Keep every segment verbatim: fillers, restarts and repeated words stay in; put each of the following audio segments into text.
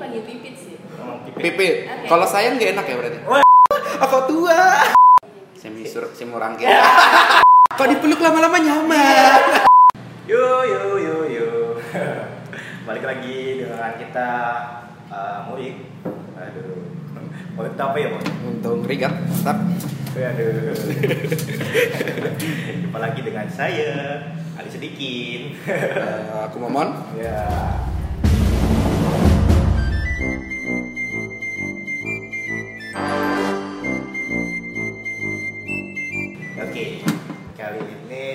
dipanggil Pipit sih. Oh, Pipit. Pipit. Okay. Kalau sayang nggak enak ya berarti? Wah. Aku tua. Semi sur, semi rangkir. Kok dipeluk lama-lama nyaman. Yo yo yo yo. Balik lagi dengan kita uh, Murik. Aduh. Murik apa ya, Bang? Untung rigat, mantap. Aduh. Jumpa lagi dengan saya, Ali Sedikin. Uh, aku Momon. Ya. Oke, kali ini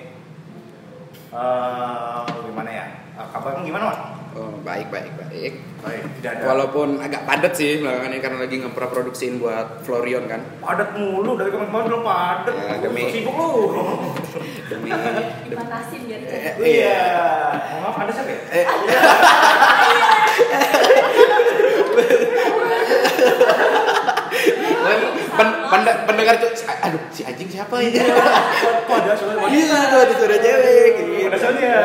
uh, gimana ya? Uh, kabarmu gimana, Mak? Oh, baik, baik, baik. Baik, tidak ada. Walaupun agak padat sih belakangan ini karena lagi ngeproduksiin buat Florion kan. Padat mulu dari kemarin-kemarin belum padat. Ya, demi- sibuk lu. Demi Dipanasin biar Eh, cepet. Iya. Mau maaf ada siapa ya? eh, pen- pen- pendengar tuh, aduh si anjing siapa ini? Pada soalnya. Iya, tuh ada suara cewek. Gitu. Pada soalnya.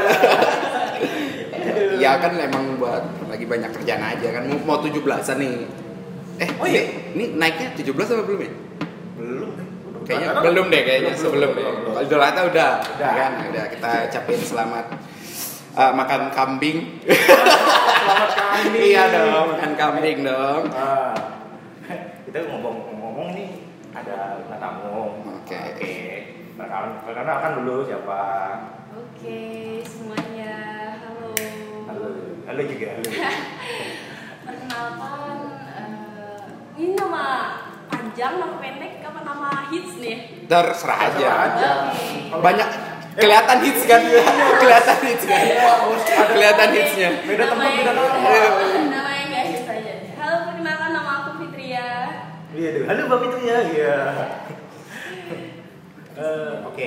Ya kan emang buat lagi banyak kerjaan aja kan mau, mau tujuh belasan nih. Eh, Oh iya? ini, ini naiknya tujuh belas apa belum ya? Belum. Kayaknya Karena- belum deh kayaknya Belum, sebelum belum, deh. belum, belum. Kalau Idul Adha udah, Udah. kan? Udah kita ucapin selamat uh, makan kambing. Selamat kambing. Iya dong, makan kambing dong. Ah. Kita ngomong-ngomong nih ada bintang tamu. Oke. Oke. Perkenalan, perkenalkan dulu siapa? Oke, semuanya. Halo. Halo. Halo juga. Halo. Perkenalkan, eh, ini nama panjang, nama pendek, apa nama hits nih? Terserah aja. Terserah aja. Oke. Banyak kelihatan hits kan? Kelihatan hits kan? Kelihatan hitsnya. Beda tempat, beda Namanya- tempat. Namanya nggak hits aja. Halo, perkenalkan nama aku Fitria. Iya deh. Halo Mbak Fitri ya. Iya. Eh, oke.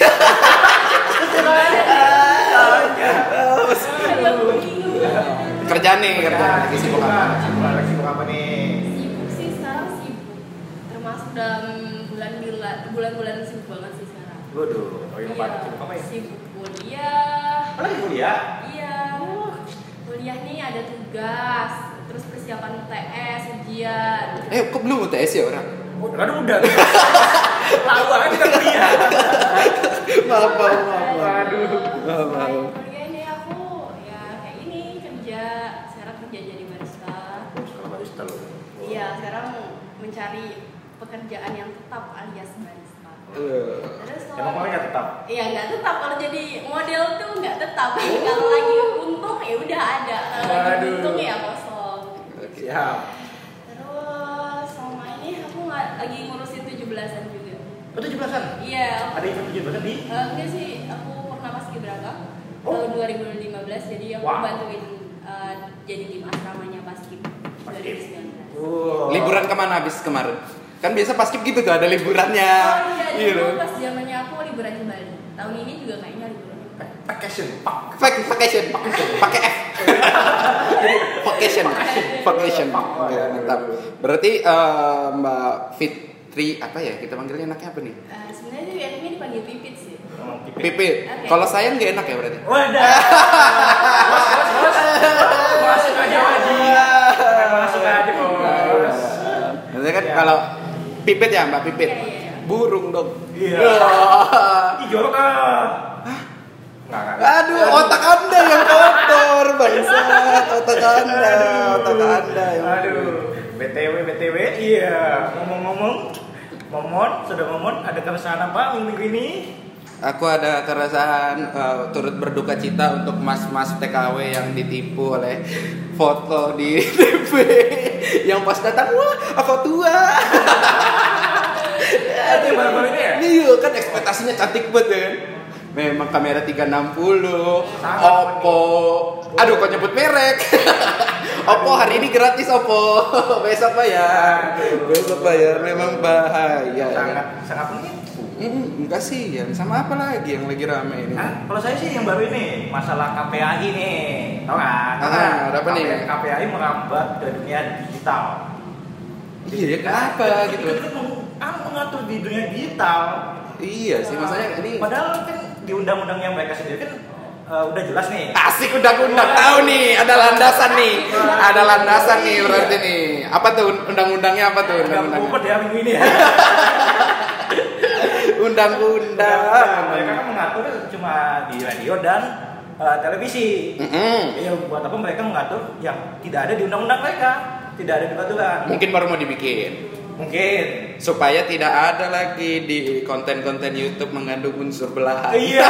Aduh, bingung. Kerjaan nih, kerjaan lagi sibuk apa? Sibuk apa? Sibuk apa nih? Sibuk sih sekarang sibuk. Termasuk dalam bulan-bulan bulan-bulan sibuk banget sih sekarang. Waduh, oh yang Iya, sibuk apa ya? sibuk kuliah. Oh, lagi kuliah? Iya. Kuliah nih ada tugas, terus persiapan U T S, ujian. Eh, kok belum U T S ya orang? Oh, kan udah. Tahu aja kita kuliah. Maaf, maaf, maaf. Waduh. Maaf, maaf. Selain kuliah ini aku ya kayak ini kerja, sekarang kerja jadi barista. Oh, sekarang barista loh. Iya, sekarang mencari pekerjaan yang tetap alias barista. Eh, Terus Emang kalau kemarin nggak tetap? iya nggak tetap, kalau jadi model tuh nggak tetap. Kalau lagi untung ya udah ada, kalau lagi Waduh. untung ya kosong. Siap. Terus sama ini aku nggak lagi ngurusin tujuh belasan juga. Oh, tujuh belasan? Iya. aku- Ada event tujuh belasan di? Eh, enggak sih, aku pernah paskibraka Oh. tahun dua ribu lima belas, jadi aku Wow. bantuin eh, jadi tim asramanya Paskib dua Paskib. ribu sembilan belas. Oh. Liburan kemana habis kemarin? Kan biasa pas gitu tuh ada liburannya. Oh iya, Iya dulu loh. pas zamannya aku liburan ke Bali. Tahun ini juga kayaknya liburan. Vacation, pak. Vac- Vacation, pakai F. Vacation, vacation. Oke, mantap. Berarti eh, Mbak Fitri apa ya? Kita panggilnya enaknya apa nih? Eh, sebenarnya sih enaknya dipanggil Pipit sih. Oh, pipit. Pipit. Oke. Kalau sayang nggak enak ya berarti? Wadah. Bos, bos, bos. Masuk aja, Haji. Masuk aja, bos. Maksudnya kan Iya. kalau Pipit ya Mbak Pipit. Iya, iya, iya. Burung dong. Iya. Wah. Ih, jorok ah. Nggak, nggak, nggak. Aduh, otak Anda yang kotor, bangsat. Otak Anda, otak Anda yang Aduh, B T W, B T W, iya. Ngomong-ngomong, Momon, sudah Momon, ada keresahan apa minggu ini? Aku ada keresahan uh, turut berduka cita untuk mas-mas T K W yang ditipu oleh foto di T V yang pas datang, wah aku tua. Ada yang baru-baru ini ya? Iya kan ekspektasinya cantik banget ya kan. Memang kamera tiga enam puluh, Sangat Oppo. Aduh kok nyebut merek. Oppo hari ini gratis Oppo. Besok bayar. Besok bayar. Memang bahaya. Sangat, sangat menipu. Hmm, enggak sih, ya. Sama apa lagi yang lagi rame ini? Nah, kalau saya sih yang baru ini, masalah K P A I nih. Tahu nggak? Tahu Ah, nggak? ada apa nih? K P A I merambat ke dunia digital. Iya, ya kenapa gitu? Itu kan mengatur di dunia digital. Iya sih, maksudnya ini Padahal kan di undang-undang yang mereka sendiri kan uh, udah jelas nih. Asik undang-undang, tahu nih, ada landasan nih, ada landasan nih berarti nih. Apa tuh undang-undangnya apa tuh undang-undangnya? Ngumpet ya minggu ini ya. Undang-undang. Mereka kan mengatur cuma di radio dan uh, televisi. Mm-hmm. Ya buat apa mereka mengatur yang tidak ada di undang-undang mereka, tidak ada di peraturan. Mungkin baru mau dibikin. Mungkin Supaya tidak ada lagi di konten-konten YouTube mengandung unsur belahan. iya.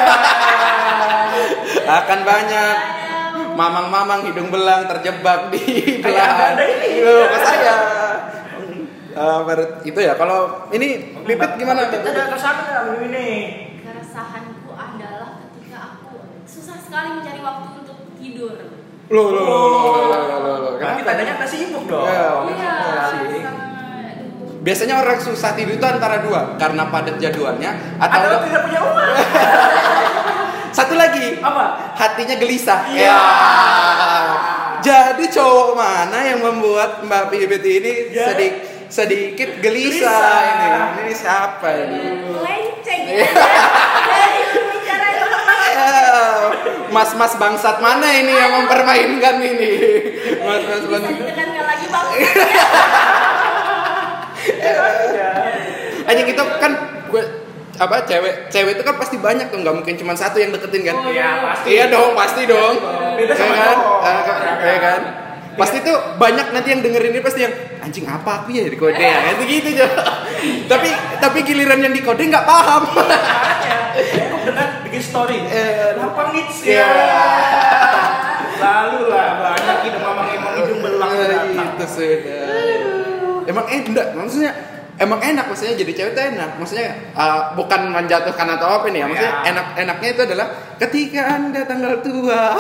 Akan banyak mamang-mamang hidung belang terjebak di belahan. ada ini. Loh, kok saya. Uh, ber- itu ya. Kalau ini Pipit gimana? Kita ada keresahan nggak minggu ini? Keresahanku adalah ketika aku susah sekali mencari waktu untuk tidur. Loh, loh, loh, loh, loh, loh, loh. Karena kita adanya nggak sibuk dong. Ya, Iya. sih. Aduh. Biasanya orang susah tidur itu antara dua, karena padat jadwalnya atau Atau tidak punya uang. satu lagi, Apa? hatinya gelisah. Iya. Ya. Jadi cowok mana yang membuat Mbak Pipit ini Ya. sedikit sedikit gelisah, Gelisah. ini? Ini siapa ini? Melenceng Iya. ya. Dari bicara itu. Ya, mas-mas bangsat mana ini yang mempermainkan ini? Mas-mas Bisa bangsat. ditekankan lagi bang. Anjing itu kan gue apa cewek cewek itu kan pasti banyak tuh, nggak mungkin cuma satu yang deketin kan? Oh, iya, pasti. Iya dong, pasti dong. Beda sama Iya kan? cowok. Ah, kan? Iya kan? Pasti tuh banyak nanti yang dengerin ini pasti yang anjing apa aku ya di kode ya itu gitu aja. tapi tapi giliran yang di kode nggak paham. Aku dengan bikin story. Eh, Lapang nih. Iya. Lalu lah banyak hidung mamang emang hidung belang. Eh, datang. Itu sudah. Emang eh enggak, maksudnya emang enak maksudnya jadi cewek tuh enak. Maksudnya uh, bukan menjatuhkan atau apa nih ya. Maksudnya Ya. enak-enaknya itu adalah ketika Anda tanggal tua.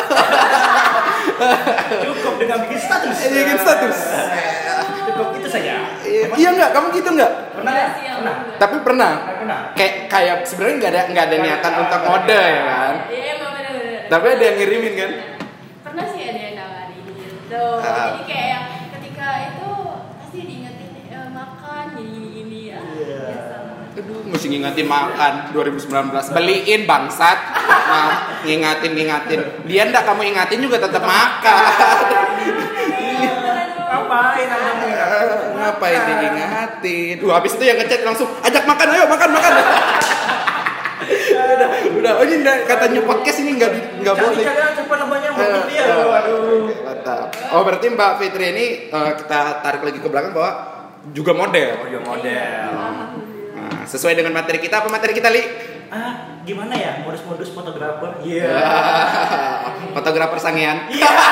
Cukup dengan bikin status. Bikin status. Cukup itu saja. Emang Iya enggak? Kamu gitu enggak? Pernah ya? Iya, Pernah. enggak. Tapi pernah. Pernah. Kayak kayak sebenarnya enggak ada enggak ada niatan untuk mode ya kan. Iya emang bener-bener. Tapi ada yang ngirimin kan? Pernah sih ada yang nawarin gitu. Ah. Jadi kayak yang ketika itu pasti diingetin eh, makan gini-gini ya. Iya. Biasa. Aduh, mesti ngingatin makan dua ribu sembilan belas. Beliin bangsat. Nah, ngingatin ngingatin. Dia enggak kamu ingatin juga tetap makan. Ngapain anda mengingat? Ngapain diingatin? Wah, habis itu yang ngechat langsung ajak makan, ayo makan makan. udah, udah. Oh ini enggak, katanya podcast ini enggak di- enggak boleh. Cari-cari cepat namanya mau Eh, dia. eh, Waduh. oke, mantap. Oh berarti Mbak Fitri ini eh, kita tarik lagi ke belakang bahwa juga model. Oh, dia model. Alhamdulillah. Nah, sesuai dengan materi kita, apa materi kita Li? Ah, gimana ya? Modus-modus fotografer. Iya. Fotografer sangean.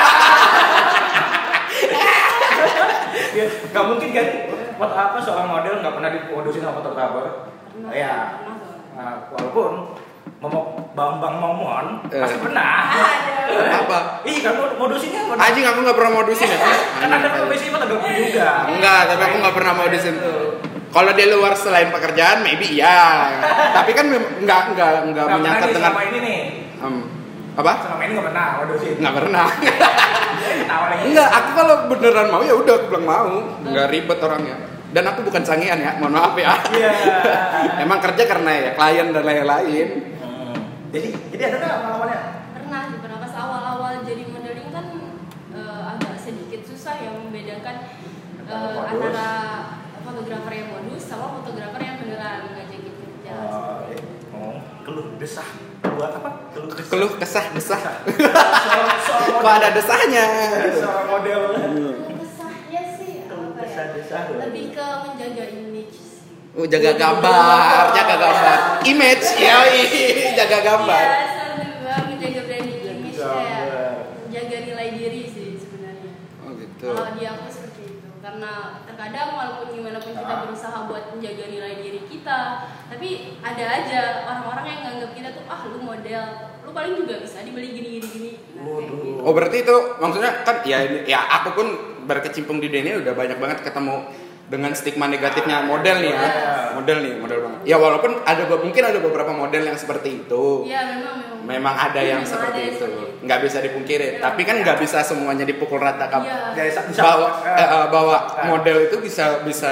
Ya, nggak mungkin kan? Foto apa seorang model nggak pernah dimodusin sama fotografer? Pernah. Ya. Pernah tuh. Nah, walaupun momok Bambang Momon Eh. pasti pernah. Apa? Ih, kamu modusinnya modus. Anjing aku nggak pernah modusin ya. Kan ada profesi fotografer juga. Enggak, tapi aku nggak pernah modusin. Kalau di luar selain pekerjaan, maybe iya. Tapi kan mem- nggak nggak nggak Nggak menyangkut pernah nih dengan selama ini nih. Em, apa? Selama ini nggak pernah modusin. Nggak pernah. Ketawa lagi. Enggak, aku kalau beneran mau ya udah aku bilang mau. Nggak ribet orangnya. Dan aku bukan sangean ya, mohon maaf ya. Iya. Emang kerja karena ya klien dan lain-lain. Hmm. Jadi, jadi ada nggak pengalamannya? Pernah sih, pernah pas awal-awal jadi modeling kan eh, agak sedikit susah ya membedakan eh, Modus. antara fotografer yang modus sama fotografer yang beneran ngajakin kerja. Oh, eh, ngomong keluh desah buat apa? Keluh desah. Keluh kesah desah. Soal- soal Kok model. ada desahnya? Seorang model. Kesahnya sih apa ya? Desah-desah. Lebih ke menjaga image sih. Oh, jaga gambar, jaga gambar. Image, yoi, jaga gambar. Iya, selalu juga menjaga branding image Gambar. kayak menjaga nilai diri sih sebenarnya. Oh gitu. Kalau di aku seperti itu, karena terkadang walaupun gimana pun kita Ah. berusaha buat menjaga nilai diri kita, tapi ada aja orang-orang yang nganggap kita tuh ah lu model, lu paling juga bisa dibeli gini gini gini. Nah, kayak Waduh. gitu. Oh berarti itu maksudnya kan ya ini- ya aku pun berkecimpung di dunia ini udah banyak banget ketemu dengan stigma negatifnya model nih ya. Iya. Model nih, model banget. Ya walaupun ada be- mungkin ada beberapa model yang seperti itu. Iya memang memang. Memang ada yang Memang seperti ada yang itu. seperti itu. Nggak bisa dipungkiri. Iya. Tapi kan nggak bisa semuanya dipukul rata kap. Iya. Jadi, bisa- Bahwa eh, eh, eh, bahwa eh. model itu bisa bisa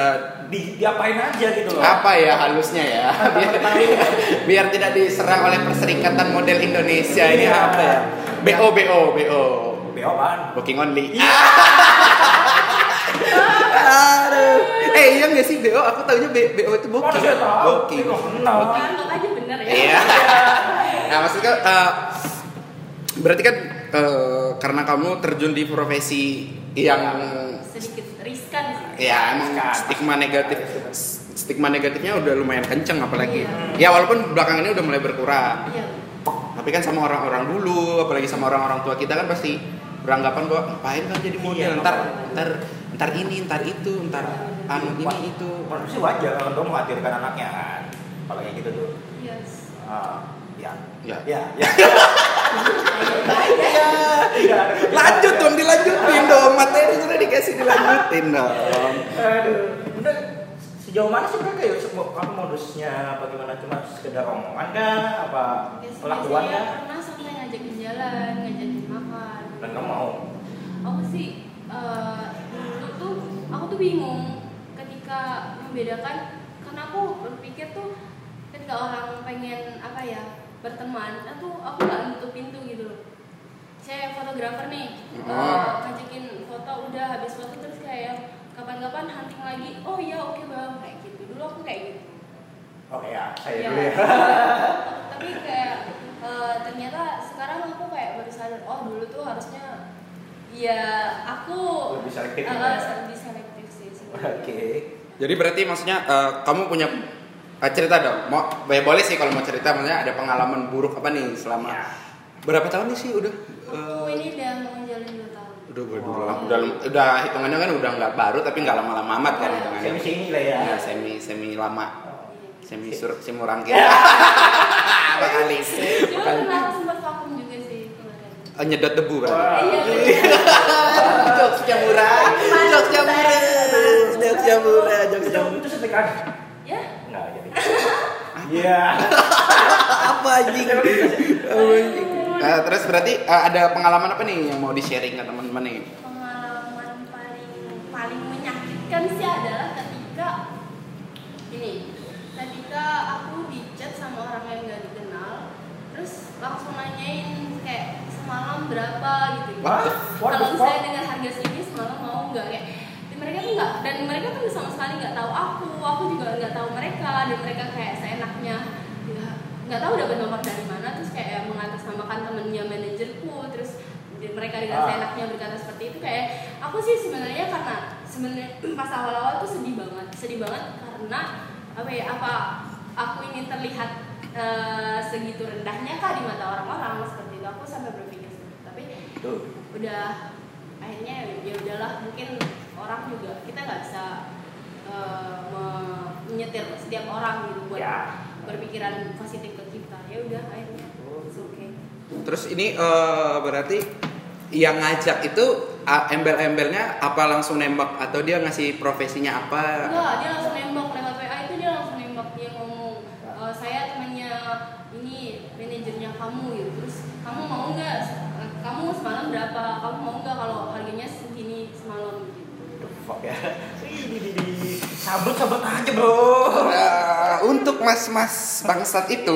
di diapain aja gitu loh. Apa ya halusnya ya? Biar, biar tidak diserang oleh Perserikatan Model Indonesia ini Iya. apa ya? B O B O B O. B O apaan? Booking only. Iya. Aduh. Eh iya nggak sih B O? Aku taunya B BO itu booking. Mana saya tahu? Booking. Itu kenal. Kalau aja bener ya. Iya. Nah maksudnya uh, berarti kan uh, karena kamu terjun di profesi yang Sedikit riskan sih. ya emang Riskan. stigma negatif stigma negatifnya udah lumayan kenceng apalagi. Iya. Ya walaupun belakangan ini udah mulai berkurang. Iya. Tapi kan sama orang-orang dulu, apalagi sama orang-orang tua kita kan pasti beranggapan bahwa ngapain kan jadi model, Iya, ntar ngapain. ntar ntar ini, ntar itu, ntar anu ini itu. Menurut sih wajar kalau tua menghadirkan anaknya kan. Kalau kayak gitu tuh. Yes. Ah, ya. Ya. Ya, ya. Ya, Iya. lanjut dong, dilanjutin dong. Materi sudah dikasih dilanjutin dong. Aduh. Udah sejauh mana sih mereka ya? Apa modusnya? Bagaimana cuma sekedar omongan kah? Apa Yes, kelakuan biasanya kah? pernah sampai ngajakin jalan, ngajakin makan. Dan kamu mau? Aku sih eh, dulu tuh aku tuh bingung ketika membedakan, karena aku berpikir tuh ketika orang pengen apa ya berteman, itu aku nggak nutup pintu gitu loh. Saya fotografer nih, eh, ngajakin foto udah habis foto terus kayak kapan-kapan hunting lagi. Oh iya oke bang kayak gitu. Dulu aku kayak gitu. Oke ya, saya Iya. dulu ya. Tapi kayak eh, ternyata sekarang aku kayak baru sadar, oh dulu tuh harusnya ya aku Lebih selektif eh, gitu ya? lebih selektif sih sebenarnya. Oke. Jadi berarti maksudnya eh, kamu punya eh, cerita dong. Mau ya boleh sih kalau mau cerita, maksudnya ada pengalaman buruk apa nih selama Ya. berapa tahun nih sih udah? Aku Eh, ini udah mau menjalin dua tahun. udah udah udah, udah udah hitungannya kan udah nggak baru tapi nggak lama-lama amat kan hitungannya. Semi sini lah ya. Ya, semi semi lama, semi sur semi rangkit. Ya. Apa kali? Cuma kenapa sempat vakum juga sih kemarin. Oh, nyedot debu berarti. Wah. Iya. Jokesnya murah, jokesnya murah, jokesnya murah, jokesnya Itu murah. itu setekan. Ya. Enggak jadi. Iya. Apa anjing? Apa anjing? Nah, terus berarti eh, ada pengalaman apa nih yang mau di sharing ke teman-teman nih? Pengalaman paling paling menyakitkan sih adalah ketika ini, ketika aku di chat sama orang yang gak dikenal, terus langsung nanyain kayak semalam berapa gitu. What? What Kalau the misalnya fuck? dengan harga segini semalam mau nggak kayak dan mereka tuh nggak dan mereka tuh sama sekali nggak tahu aku, aku juga nggak tahu mereka dan mereka kayak seenaknya ya, nggak tahu dapat nomor dari mana terus kayak mengatasnamakan temennya manajerku terus di- mereka dengan Ah. seenaknya berkata seperti itu kayak aku sih sebenarnya karena sebenarnya pas awal-awal tuh sedih banget sedih banget karena apa ya apa aku ini terlihat eh, segitu rendahnya kah di mata orang-orang seperti itu aku sampai berpikir seperti itu tapi Tuh. udah akhirnya ya udahlah mungkin orang juga kita nggak bisa eh, me- menyetir setiap orang gitu buat Ya. berpikiran positif ke kita ya udah akhirnya it's okay. Terus ini eh, berarti yang ngajak itu ah, embel-embelnya apa langsung nembak atau dia ngasih profesinya apa? Enggak, dia langsung nembak lewat W A itu dia langsung nembak dia ngomong e, saya temannya ini manajernya kamu gitu terus kamu mau nggak eh, kamu semalam berapa kamu mau nggak kalau harganya segini semalam gitu. The fuck ya. Ini di sabut-sabut aja, Bro. Nah, untuk mas-mas bangsat itu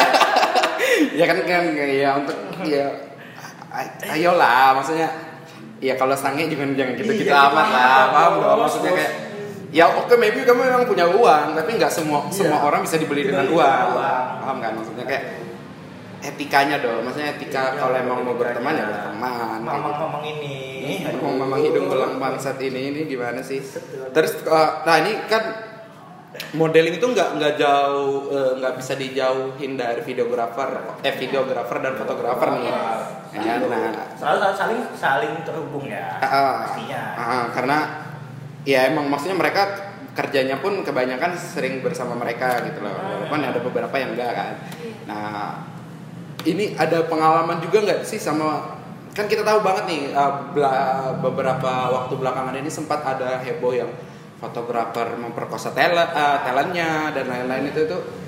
ya kan kan ya untuk ya a- ayolah maksudnya ya kalau sange jangan jangan gitu-gitu Iya, amat gitu lah amat, paham bos, dong maksudnya bos. kayak ya oke maybe kamu memang punya uang tapi nggak semua Iya. semua orang bisa dibeli dengan Dibeli uang dengan uang. paham kan maksudnya kayak etikanya dong maksudnya etika Iya, kalau emang mau etikanya. berteman ya berteman kayak gitu. Mamang-mamang ini. Ngomong memang hidung belang bangsat ini ini gimana sih? Betul. Terus uh, nah ini kan modeling itu nggak nggak jauh eh, nggak bisa dijauhin dari videografer eh videografer dan fotografer nih. Ya, nah Selalu saling saling terhubung ya. uh, Pastinya. uh, karena ya emang maksudnya mereka kerjanya pun kebanyakan sering bersama mereka gitu loh. Walaupun ada beberapa yang enggak kan. Nah ini ada pengalaman juga nggak sih sama kan kita tahu banget nih uh, bela- beberapa waktu belakangan ini sempat ada heboh yang fotografer memperkosa talent uh, talentnya dan lain-lain itu itu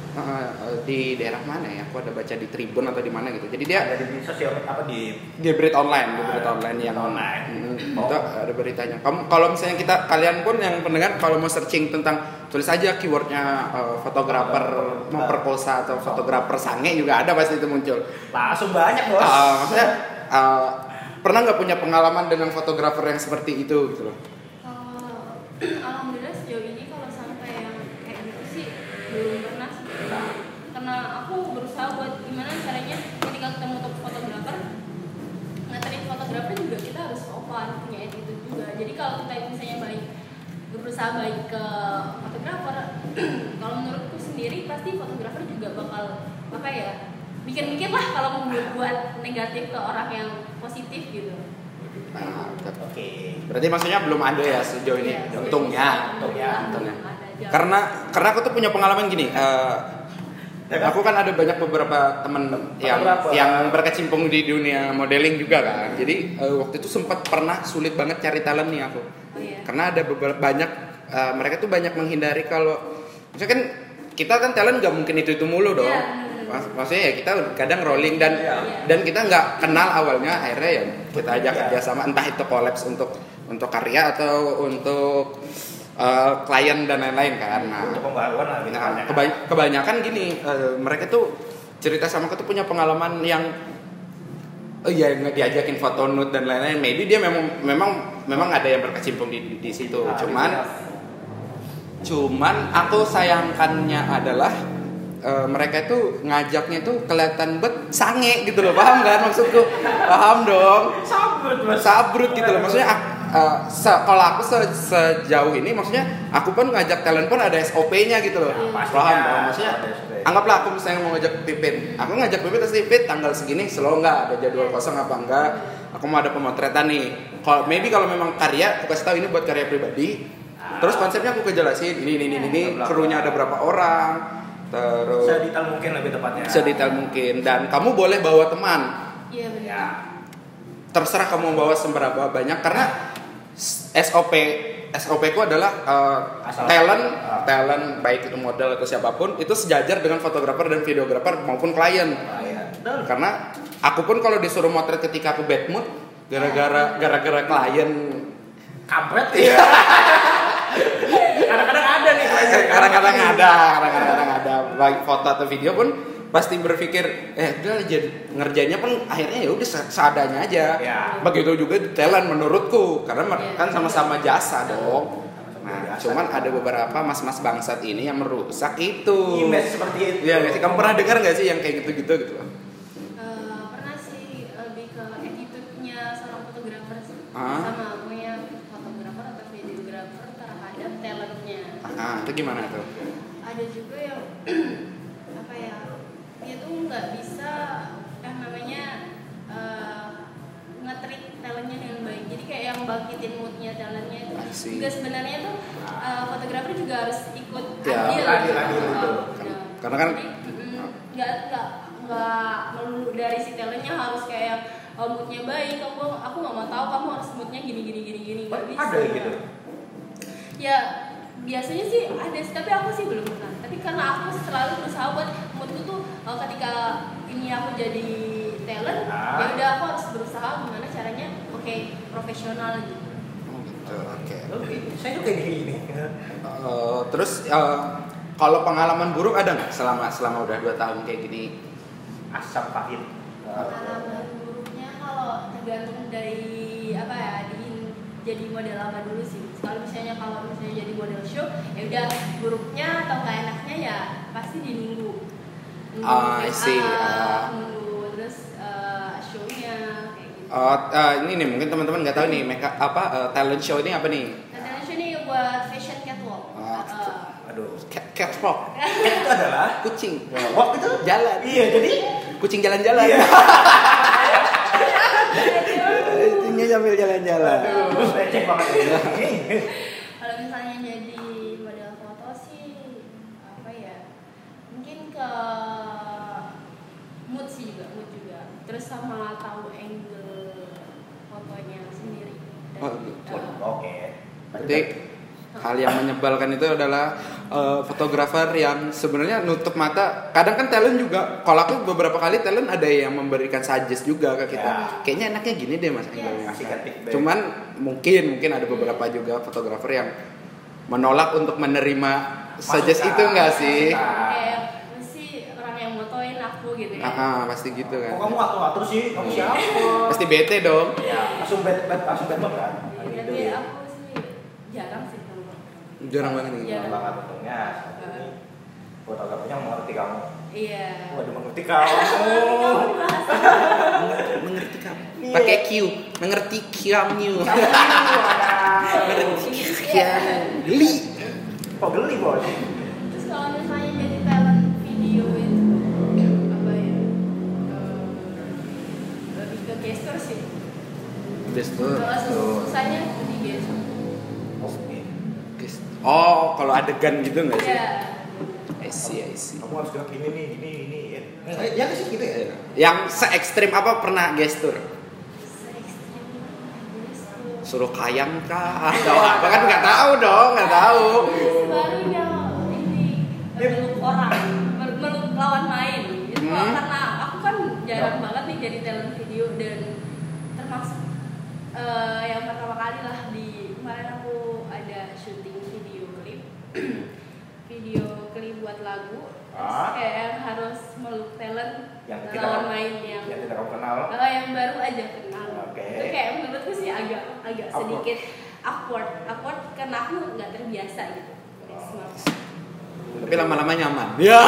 Uh, di daerah mana ya? Aku ada baca di Tribun atau di mana gitu. Jadi dia ada di sosial apa di di berita online, di berita online yang online. Mm, Oh. itu ada beritanya. Kamu kalau misalnya kita kalian pun yang pendengar kalau mau searching tentang tulis aja keywordnya uh, fotografer memperkosa atau fotografer sange juga ada pasti itu muncul. Langsung banyak bos. Uh, maksudnya uh, pernah nggak punya pengalaman dengan fotografer yang seperti itu gitu loh? Kalau alhamdulillah sejauh ini kalau sampai yang kayak gitu sih belum pernah sih. Karena aku berusaha buat gimana caranya ketika ketemu top fotografer, nganterin fotografer juga kita harus sopan, punya attitude juga. Jadi kalau kita misalnya baik, berusaha baik ke fotografer, kalau menurutku sendiri pasti fotografer juga bakal apa ya, mikir-mikir lah kalau mau buat negatif ke orang yang positif gitu. Nah, Oke. Okay. berarti maksudnya belum ada ya sejauh ini. Iya, Untungnya, untungnya, untungnya. Ada aja. Karena karena aku tuh punya pengalaman gini. Uh, aku kan ada banyak beberapa teman yang Fotografer. yang berkecimpung di dunia modeling juga kan. Jadi uh, waktu itu sempat pernah sulit banget cari talent nih aku. Oh, iya. Karena ada beberapa banyak uh, mereka tuh banyak menghindari kalau misalnya kan kita kan talent nggak mungkin itu itu mulu dong. Iya. Mas, maksudnya ya kita kadang rolling dan Iya. dan kita nggak kenal awalnya, akhirnya ya kita ajak Iya. kerjasama entah itu collabs untuk untuk karya atau untuk uh, klien dan lain-lain kan. Nah, Untuk pembaruan lah gitu. nah, banyak. keba- kebanyakan gini uh, mereka tuh cerita sama aku tuh punya pengalaman yang oh iya nggak diajakin foto nude dan lain-lain. Maybe dia memang memang memang ada yang berkecimpung di di, di situ. Nah, Cuman iya. cuman aku sayangkannya adalah uh, mereka itu ngajaknya tuh kelihatan bet sange gitu loh, paham kan maksudku? Paham dong. Sabrut mas. Sabrut gitu loh, maksudnya uh, se- kalau aku se- sejauh ini maksudnya aku pun ngajak talent pun ada S O P-nya gitu loh. Ya, pastinya. Paham dong, maksudnya Ada S O P. anggaplah aku misalnya mau ngajak Pipit, aku ngajak Pipit pasti Pipit tanggal segini slow nggak, ada jadwal kosong apa enggak, aku mau ada pemotretan nih. Kalau maybe kalau memang karya, aku kasih tahu ini buat karya pribadi. Terus konsepnya aku kejelasin ini ini ini ini, krunya ada berapa orang, terus Sedetail mungkin lebih tepatnya. sedetail mungkin, dan kamu boleh bawa teman. Iya benar. Ya. Terserah kamu mau bawa seberapa banyak karena S O P S O P ku adalah uh, Asal- talent uh. talent baik itu model atau siapapun itu sejajar dengan fotografer dan videografer maupun klien. Ah, iya. Betul. Karena aku pun kalau disuruh motret ketika aku bad mood gara-gara gara-gara klien Kampret ya. Kadang-kadang ada nih. kadang-kadang ada kadang-kadang ada baik foto atau video pun pasti berpikir eh udah jadi ngerjainnya pun akhirnya ya udah se- seadanya aja. Ya. Begitu juga di talent menurutku karena mer- Iya. kan sama-sama jasa dong. Nah, jasa. cuman ada beberapa mas-mas bangsat ini yang merusak itu. Image seperti itu. Iya nggak sih? Kamu pernah dengar nggak sih yang kayak gitu-gitu gitu loh? Eh, pernah sih lebih ke attitude-nya seorang fotografer sih. Ah. Sama punya fotografer atau videografer terhadap talentnya. Ah, itu gimana tuh? Ada juga yang apa ya, dia tuh nggak bisa yang namanya eh, nge-treat talentnya dengan baik. Jadi kayak yang bangkitin moodnya talentnya itu I see. juga sebenarnya tuh eh, fotografer juga harus ikut Ya, adil. adil, gitu. adil, betul. Oh, benar. Karena kan- Jadi mm, nggak nggak nggak melulu dari si talentnya harus kayak yang oh, moodnya baik. Aku aku nggak mau tahu kamu harus moodnya gini gini gini gini. Nggak bisa. Ada gitu. Ya biasanya sih ada sih, tapi aku sih belum pernah. Tapi karena aku selalu berusaha buat moodku tuh uh, ketika ini aku jadi talent, Ah. ya udah aku harus berusaha gimana caranya oke profesional gitu. Oh, gitu. Oke. Oke, saya juga kayak gini. Eh, terus eh, kalau pengalaman buruk ada nggak selama selama udah dua tahun kayak gini? Asam pahit. Pengalaman buruknya kalau tergantung dari apa ya, di jadi model apa dulu sih. Kalau misalnya kalau misalnya jadi model show, ya udah buruknya atau nggak enaknya ya pasti di nunggu. Nunggu Ah, I make see. up, Ah. nunggu terus eh, show-nya kayak gitu. Oh, eh, ini nih mungkin teman-teman nggak tahu nih make apa eh, talent show ini apa nih? Nah, show ini buat fashion catwalk. Ah, Eh, Aduh. Cat, catwalk, Cat itu adalah kucing, walk itu. jalan. Iya, jadi Kucing jalan-jalan. Iya. Kucingnya sambil jalan-jalan. aduh, leceh banget ini. Kalau misalnya jadi model foto sih apa ya? Mungkin ke mood sih juga, mood juga. Terus sama tahu angle fotonya sendiri. Dan, Oh, gitu. eh, Oke. Berarti hal yang menyebalkan itu adalah uh, fotografer yang sebenarnya nutup mata. Kadang kan talent juga. Kalau aku beberapa kali talent ada yang memberikan suggest juga ke kita. Ya. Kayaknya enaknya gini deh Mas. Yes. Kasih kan feedback. Cuman mungkin mungkin ada beberapa juga fotografer yang menolak untuk menerima suggest itu enggak sih? Kayak mesti orang yang motoin aku gitu ya. Ah, pasti gitu Oh, kan. kamu atur-atur sih, kamu siapa? Pasti bete dong. Ya, langsung bad bad langsung bad mood kan. Iya, Gitu tapi ya. aku sih jarang sih kalau. Jarang banget nih. Iya. Jarang banget untungnya. Ini fotografernya mengerti kamu. Iya. Waduh, mengerti kamu. Mengerti kamu. Iya. Pakai Q, mengerti kamu. Mengerti kamu. Geli. Kok geli bos? Terus kalau misalnya jadi talent video itu apa ya? eh, lebih ke gestur sih. Gestur. Kalau sus- susahnya di gestur. Oke. Oh, kalau adegan gitu nggak sih? Iya. I see, I see. Kamu harus gerak ini nih, ini ini ya. Eh, ya sih gitu ya. Yang se ekstrim apa pernah gestur? Se-ekstrim gestur. Suruh kayang kah? Atau apa kan nggak tahu dong, nggak tahu. Barunya ini meluk orang, mel- meluk lawan main. Itu Hmm. karena aku kan jarang banget nih jadi talent video dan termasuk eh, yang pertama kali lah di kemarin aku ada syuting video klip, video klip buat lagu. Terus Ah. kayak yang harus meluk talent Yang kita lawan nggak- main yang Yang tidak kamu kenal. Oh, yang baru aja kenal. Oke. Itu kayak menurutku sih agak agak Awkward. sedikit awkward, awkward karena aku nggak terbiasa gitu. Oh. Tapi lama-lama nyaman. Ya.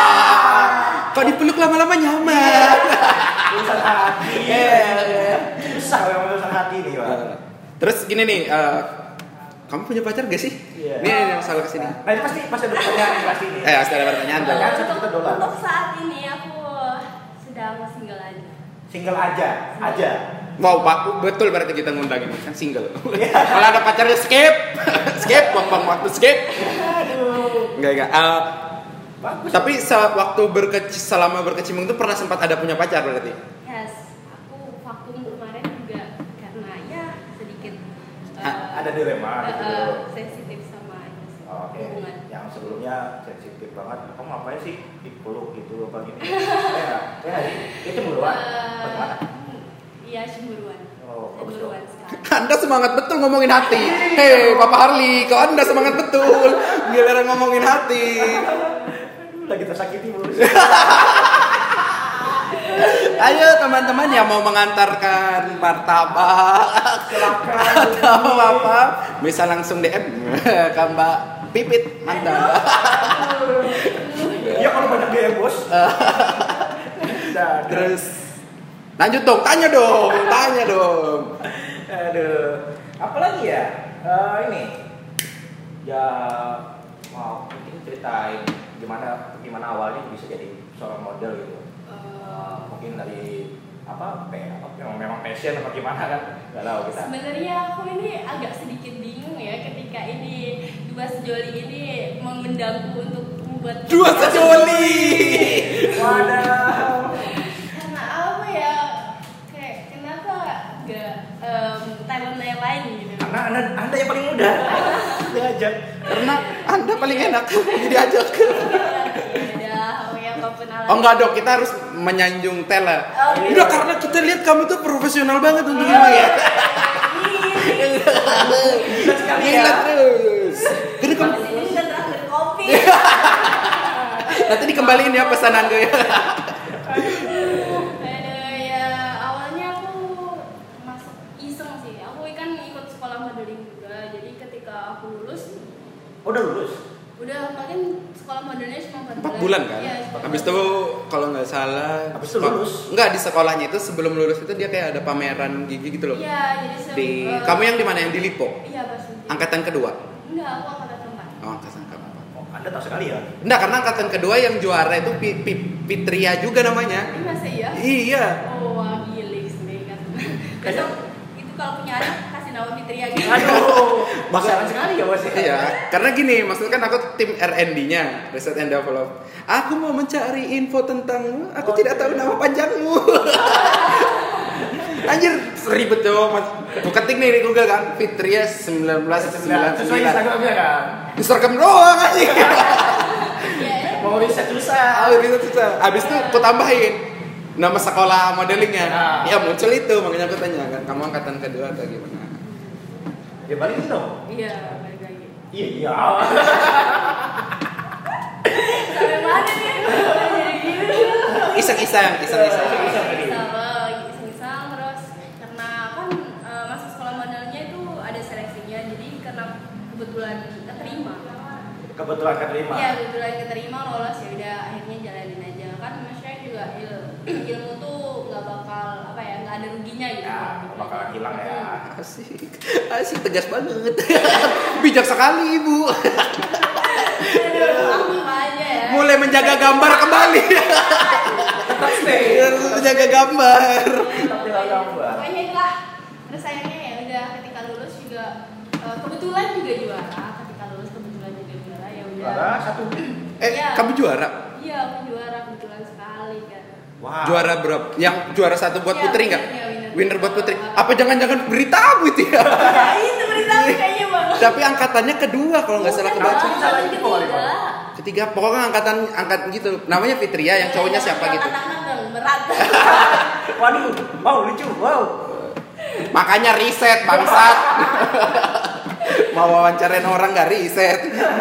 Kok dipeluk lama-lama nyaman. Urusan hati. Iya. Susah memang urusan hati nih, Pak. Eh, Terus gini nih, eh, kamu punya pacar gak sih? Iya. Ini yang salah kesini. Nah, ini pasti pasti ada pertanyaan nih pasti ini. Eh, pasti ada pertanyaan dong. Pertanyaan untuk, satu dolar. untuk saat ini aku sedang single aja. Single aja, aja. Wow, Pak, betul berarti kita ngundang ini kan single. Kalau ada pacarnya skip, skip, buang-buang waktu skip. Aduh. Enggak enggak. Eh, Bagus. tapi se- waktu berkeci selama berkecimpung itu pernah sempat ada punya pacar berarti? Yes, aku vakum kemarin juga karena ya sedikit eh, Ah, ada dilema eh, gitu. eh, sensitif sama ini sih, Oke. hubungan. Yang sebelumnya sensitif banget. Kamu ngapain sih dipeluk gitu apa gini? Ya, ya, itu cemburuan. Eh, Bagaimana? Iya cemburuan. Oh, bagus Cemburuan dong. sekali. Anda semangat betul ngomongin hati. Hei, Papa Harley, kau Anda semangat betul. Giliran ngomongin hati. Aduh, lagi tersakiti bos. Ayo teman-teman yang mau mengantarkan martabak atau apa, bisa langsung D M ke Mbak Pipit Anda. Ya kalau banyak dia bos. Nah, Terus lanjut dong, tanya dong, tanya dong. Aduh, apa lagi ya? Eh, ini, ya, mau mungkin ceritain gimana gimana awalnya bisa jadi seorang model gitu. Eh, Mungkin dari apa, kayak apa, memang memang passion apa gimana kan? Gak tahu kita. Sebenarnya aku ini agak sedikit bingung ya ketika ini dua sejoli ini mengundangku untuk membuat Dua sejoli. Waduh. karena apa ya, kayak kenapa gak um, talent yang lain gitu. Karena anda, anda yang paling muda. Diajak. Karena Anda paling enak diajak. Ya udah, ya apapun alasan. Oh enggak dok, kita harus menyanjung Tela. Oh, iya. Udah karena kita lihat kamu tuh profesional banget untuk ini ya. Gila sekali ya. Gila terus. Karena kamu Habis ini udah terakhir kopi. nanti dikembaliin ya pesanan gue ya. Aduh, ya awalnya aku masuk iseng sih. Aku kan ikut sekolah modeling juga. Jadi ketika aku lulus, Oh, udah lulus. udah kan sekolah modelnya cuma Empat bulan kan? Iya, empat Habis itu bulan. kalau nggak salah. Habis itu sekolah- lulus? Enggak, di sekolahnya itu sebelum lulus itu dia kayak ada pameran gigi gitu loh. Iya, jadi se- Di eh, kamu yang di mana, yang di Lipo? Iya, pas itu. Angkatan kedua. Enggak, aku angkatan keempat. Oh, angkatan keempat. Oh, anda tahu sekali ya. Enggak, karena angkatan kedua yang juara itu Pi- Pi- Fitria juga namanya. Ini masih ya? Iya. Oh, wah giling sih kan. Besok itu kalau punya anak kasih nama Fitria gitu. Aduh, bakalan sekali ya bos. Iya, karena gini, maksudnya kan aku tim R and D-nya, Research and Develop. Aku mau mencari info tentang, aku Oh, tidak iya. tahu nama panjangmu. Anjir, ribet coba mas. Gue ketik nih di Google kan, Fitria sembilan belas sembilan puluh Sesuai sembilan. Instagramnya kan. Instagram doang anjing. Iya. Mau riset susah. Ah, bisa susah. Abis itu aku tambahin nama sekolah modelingnya. Nah. Ya muncul itu, makanya aku tanya kan, kamu angkatan kedua atau gimana? Ya balikin dong. Iya, balik lagi. Iya iya. Sampai mana nih? Jadi gini. Iseng-iseng, iseng-iseng. Iseng-iseng tadi. Iseng, iseng-iseng terus karena kan eh, masuk sekolah modelnya itu ada seleksinya, jadi karena kebetulan keterima. Kebetulan keterima. Iya, kebetulan keterima lolos ya udah akhirnya jalanin aja kan, maksudnya juga il- ilmu tuh nggak bakal apa ya, nggak ada ruginya gitu. Ya, nggak bakalan hilang ya. Asik, asik tegas banget. Bijak sekali ibu. Aduh, apa aja ya. Mulai menjaga gambar kembali. Tetap stay. Menjaga gambar. Tetap tinggal gambar. Pokoknya itulah. Terus akhirnya ya udah ketika lulus juga eh, kebetulan juga juara. Ketika lulus kebetulan juga juara ya udah. Juara satu. Eh, Iya. kamu juara? Iya, aku juara kebetulan sekali kan. Wow. Juara berapa? Yang juara satu buat Iya, putri nggak? iya, winner. Winner buat putri. Apa jangan-jangan berita apa itu ya? Nah, itu berita kayaknya bang. Tapi angkatannya kedua kalau nggak salah kebaca. Bukan, salah info kali, Bang. Ketiga, pokoknya angkatan angkat gitu. Namanya Fitria, yang cowoknya siapa gitu. Anak-anak dong, berat. Waduh, wow lucu, wow. Makanya riset bangsat. Mau wawancarain orang nggak riset.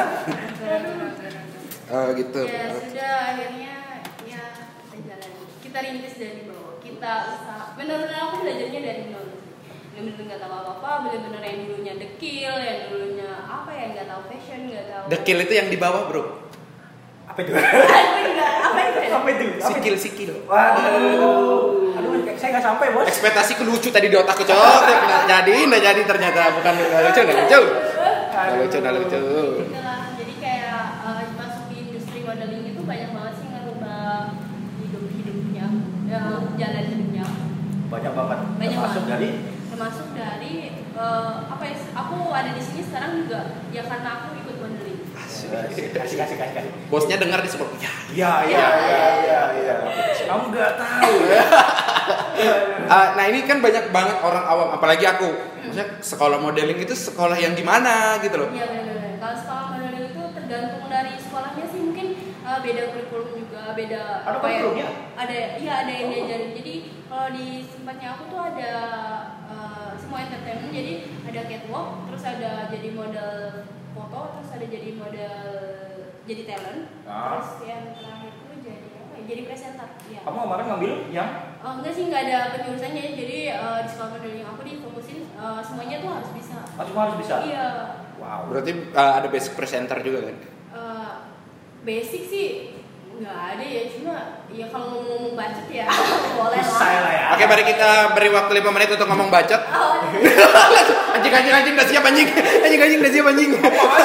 Oh gitu. Ya sudah, akhirnya ya kita jalan. Kita rintis dari bawah. Kita usaha. Benar-benar aku belajarnya dari nol. Benar-benar nggak tahu apa-apa. Benar-benar yang dulunya dekil, yang dulunya apa ya, nggak tahu fashion, nggak tahu. Dekil itu yang di bawah bro. Apa itu? Aku juga apa itu? ya? Apa itu? Apa itu? Sikil sikil. Waduh. Aduh, saya nggak sampai bos. Ekspektasiku lucu tadi di otakku cok. Nggak jadi, nggak jadi ternyata bukan nggak lucu, nggak lucu. Nggak lucu, nggak lucu. Itulah. Jadi kayak eh, masuk di industri modeling itu banyak banget sih ngerubah hidup hidupnya, ya, jalan hidupnya. Banyak banget. Banyak Termasuk banget. dari Termasuk dari eh, apa ya? Aku ada di sini sekarang juga ya karena aku ikut modeling. kasih kasih kasih kasih. kasih. Bosnya dengar di sekolah. Ya. Iya iya iya iya iya. Kamu nggak tahu ya. Ah, nah ini kan banyak banget orang awam, apalagi aku. Maksudnya sekolah modeling itu sekolah yang gimana gitu loh. Iya benar-benar. Kalau sekolah modeling itu tergantung dari sekolahnya sih, mungkin eh, beda kurikulum juga, beda Ada apa ya? kurikulumnya? Ada, iya ada yang diajarin. Jadi kalau di tempatnya aku tuh ada eh, semua entertainment. Jadi ada catwalk, terus ada jadi model foto, terus ada jadi model jadi talent, Ah. terus yang terakhir tuh jadi apa ya? Jadi presenter. Iya. Kamu kemarin ngambil yang Oh, enggak sih, enggak ada penjurusannya. Jadi eh, di sekolah modeling aku difokusin eh, semuanya tuh harus bisa. oh, semua harus bisa. Iya. Wow. Berarti uh, ada basic presenter juga kan? Eh, basic sih nggak ada ya, cuma ya kalau ngomong bacot ya boleh Saya lah lah. ya. Oke, mari kita beri waktu lima menit untuk ngomong bacot. Oh, Anjing anjing anjing udah siap anjing. Anjing anjing udah siap anjing.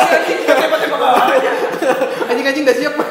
Anjing anjing udah siap.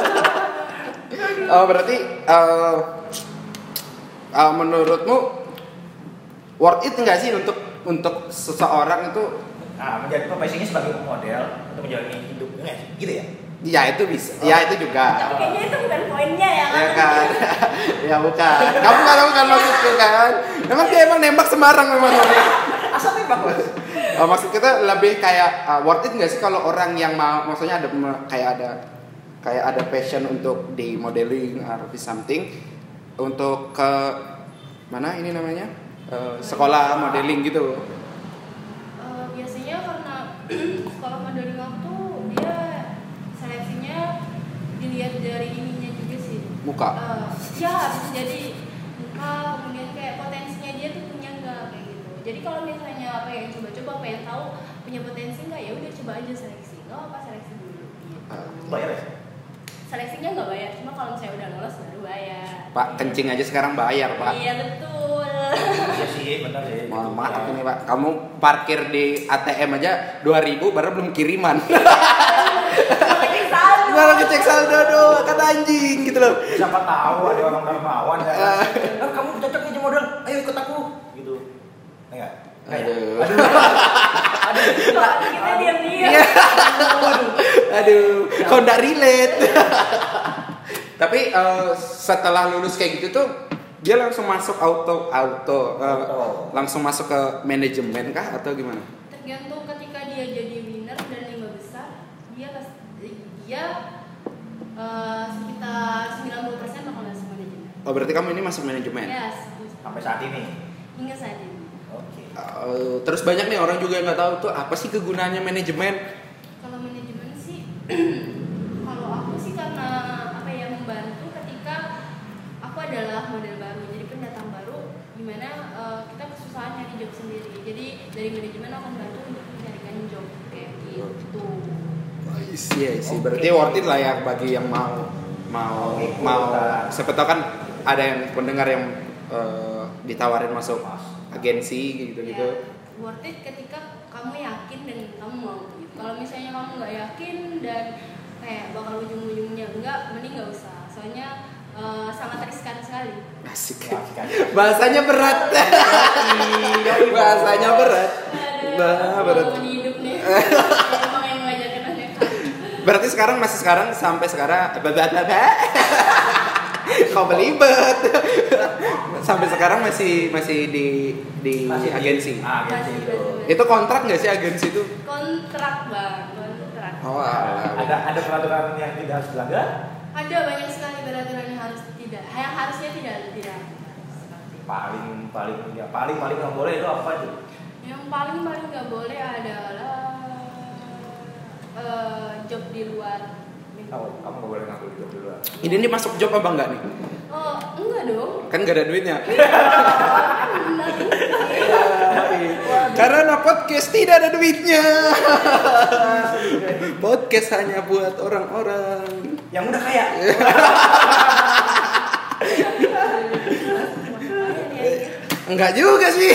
Oh, berarti uh, uh, menurutmu worth it enggak sih untuk untuk seseorang itu? Nah, menjadi profesinya sebagai model untuk menjalani hidup enggak sih? Gitu ya? Ya itu bisa. Ya itu juga. tapi kayaknya itu bukan poinnya ya Ya kan? Ya bukan. Kamu nggak tahu kan maksudku kan? Memang dia emang nembak sembarang memang. Asal tembak bos. Oh, maksud kita lebih kayak uh, worth it nggak sih kalau orang yang mau, maksudnya ada kayak ada kayak ada passion untuk di modeling atau something untuk ke mana ini namanya uh, sekolah modeling gitu. Eh, biasanya karena sekolah modeling aku tuh dia seleksinya dilihat dari ininya juga sih. Muka. Eh, ya bisa jadi muka, kemudian kayak potensinya dia tuh punya nggak kayak gitu. Jadi kalau misalnya apa yang coba-coba apa yang tahu punya potensi nggak, ya udah coba aja seleksi. Nggak apa seleksi dulu. Gitu. Bayar ya? Seleksinya nggak bayar, cuma kalau misalnya udah lolos baru bayar. Pak, kencing aja sekarang bayar, Pak. Iya betul. Iya sih, benar sih. Mohon maaf ini, Pak. Kamu parkir di A T M aja dua ribu baru belum kiriman. Ngecek saldo. Baru ngecek saldo doang, kata anjing gitu loh. Siapa tahu ada orang dermawan ya. Eh, kamu cocok jadi model, ayo ikut aku gitu. Enggak? Aduh. Kalau kita diam-diam. Iya. Aduh, kau nggak relate. Tapi eh, setelah lulus kayak gitu tuh dia langsung masuk auto auto, uh, Auto. langsung masuk ke manajemen kah atau gimana? Tergantung ketika dia jadi winner dan lima besar, dia pas dia uh, sekitar sembilan puluh persen bakal masuk manajemen. Oh berarti kamu ini masuk manajemen? Yes, Sampai saat ini. hingga saat ini. Oke. Uh, terus banyak nih orang juga yang nggak tahu tuh apa sih kegunaannya manajemen. Kalau manajemen sih, kalau aku sih karena apa ya membantu ketika aku adalah model baru, jadi pendatang baru, gimana uh, kita kesusahan nyari job sendiri. Jadi dari manajemen akan bantu untuk mencarikan job kayak gitu. Iya sih, berarti worth it lah ya bagi yang mau mau Ikut, mau. kan. Siapa tahu kan ada yang pendengar yang uh, ditawarin masuk agensi gitu-gitu. Ya, worth it ketika kamu yakin dan kamu mau gitu. Kalau misalnya kamu nggak yakin dan kayak bakal ujung-ujungnya enggak, mending nggak usah. Soalnya uh, sangat riskan sekali. Asik. Wah, kan. Bahasanya berat. Bahasanya berat. Bah, berat. Pengalaman hidup nih. Emang yang mengajarkan anak. Berarti sekarang masih sekarang sampai sekarang kau belibet. Sampai sekarang masih masih di di Masih di- agensi. Ah, agensi Masih, itu. masih. Itu kontrak nggak sih agensi itu? Kontrak bang, kontrak. Oh, alah. Ada ada peraturan yang tidak harus dilanggar? Ada banyak sekali peraturan yang harus tidak, yang harusnya tidak tidak. Seperti Paling paling ya paling paling nggak boleh itu apa itu? yang paling paling nggak boleh adalah eh, job di luar. Tahu, kamu nggak boleh ngambil job dulu. Ini nih masuk job apa enggak nih? Oh enggak dong. Kan gak ada duitnya. Benar. Karena podcast tidak ada duitnya. Podcast hanya buat orang-orang Yang udah kaya. enggak juga sih.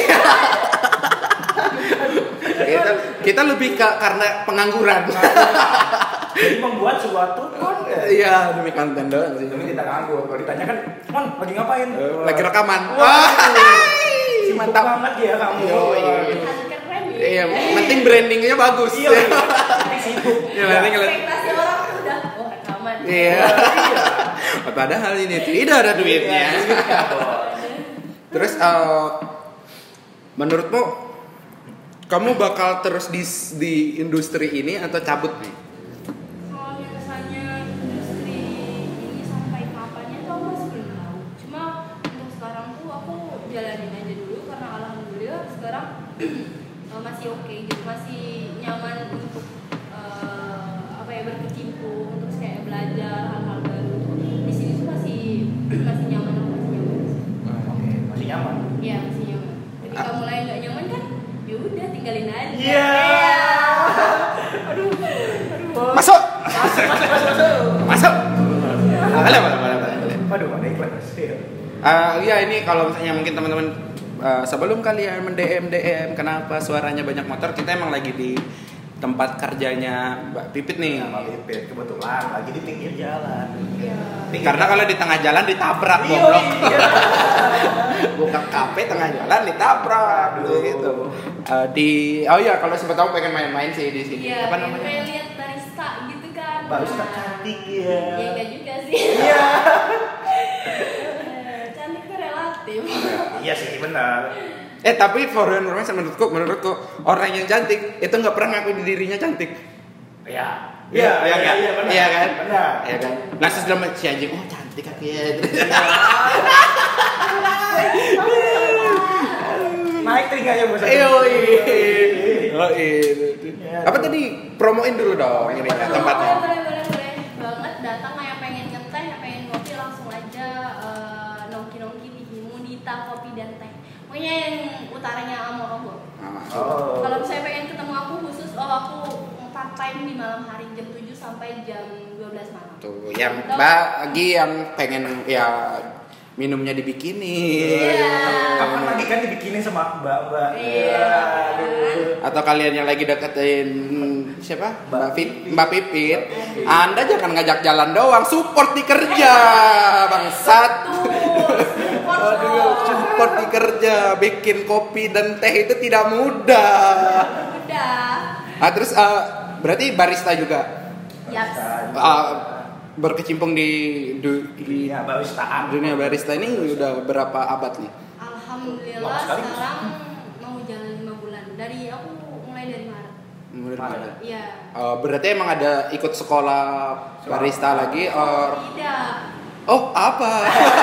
kita, kita lebih ke karena pengangguran. Jadi membuat suatu konten. Iya, demi konten doang sih. Tapi tidak nganggur. Kalau ditanya kan, Mon lagi ngapain? Lagi rekaman. Wah, Si mantap mantap. banget ya kamu. Yo, iya. Keren ya. Iya, penting brandingnya bagus. Iya, ini sibuk. Ya, nanti ngeliat. Ekspektasi orang tuh udah oh rekaman. Iya. Padahal ini tidak ada duitnya. Terus uh, menurutmu kamu bakal terus di di industri ini atau cabut nih? Kalau misalnya industri ini sampai kapannya tuh aku masih belum tahu. Cuma untuk sekarang tuh aku jalanin aja dulu karena alhamdulillah sekarang eh, masih oke gitu, masih nyaman untuk eh, apa ya berkecimpung, terus kayak belajar hal-hal baru. Di sini tuh masih masih nyaman, aku masih nyaman. di sini. Oke, masih nyaman. Iya masih nyaman. Jadi Ah. kalau mulai nggak nyaman kan, ya udah tinggalin aja. Iya. Aduh. Masuk. Masuk, masuk, masuk. Masuk. Boleh, boleh, boleh, boleh. Waduh, ada iklan mas. Uh, iya ini kalau misalnya mungkin teman-teman uh, sebelum kalian men-D M D M kenapa suaranya banyak motor, kita emang lagi di tempat kerjanya Mbak Pipit nih. Sama Pipit kebetulan lagi di pinggir jalan. Iya. Karena kalau di tengah jalan ditabrak Iya, goblok. iya. Buka kafe tengah jalan ditabrak gitu. Uh, di oh iya kalau sempat tahu pengen main-main sih di sini. Iya, Apa kayak namanya? kayak lihat barista gitu kan. Barista Nah, cantik ya. Ya enggak juga sih. Iya. Eh, Cantik tuh relatif. Iya sih benar. Eh tapi for your information menurutku menurutku orang yang cantik itu nggak pernah ngaku dirinya cantik. Iya. Iya, iya, iya, iya, benar. iya kan? Benar. Iya kan? Nah terus dalam si anjing, oh cantik aku ya. Naik telinganya bos. Iya, oh iya. Apa tadi promoin dulu dong ini kan Boleh, tempatnya. boleh, boleh, boleh banget datang yang pengen ngeteh, yang pengen ngopi langsung aja eh, nongki-nongki di Himundita Kopi dan Teh. Pokoknya yang utaranya Amorogo. Oh. Kalau misalnya pengen ketemu aku khusus, oh aku part time di malam hari jam tujuh sampai jam dua belas malam. Tuh, yang Atau- bagi yang pengen ya minumnya dibikinin. Iya. Kapan lagi kan dibikinin sama mbak-mbak. Iya. Aduh. Atau kalian yang lagi deketin siapa? Mbak Fit, Mbak Pipit. Pipit. Anda jangan ngajak jalan doang, support di kerja, bangsat. Tuh, Aduh, support di kerja, bikin kopi dan teh itu tidak mudah. udah. Ah, terus uh, berarti barista juga. Yaps. Uh, berkecimpung di du, di Dunia baristaan. dunia barista ini udah berapa abad nih? Alhamdulillah Lama sekali. sekarang mau jalan lima bulan. Dari aku mulai dari Maret. Mulai dari mana? Iya. Oh, berarti emang ada ikut sekolah barista lagi or Tidak. oh apa?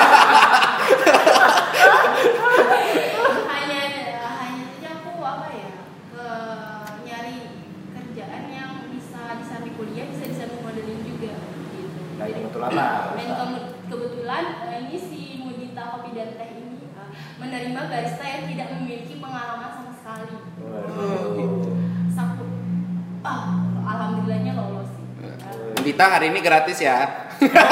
hanya hanya saja aku apa ya ke nyari kerjaan yang bisa di samping kuliah bisa di samping modeling juga gitu. Nah, ini kebetulan lah. Dan ke- kebetulan eh, ini si Mudita Kopi dan Teh ini eh, menerima barista yang tidak memiliki pengalaman sama sekali. Waduh, gitu. Saku, ah alhamdulillahnya lolos sih. Dita hari ini gratis ya.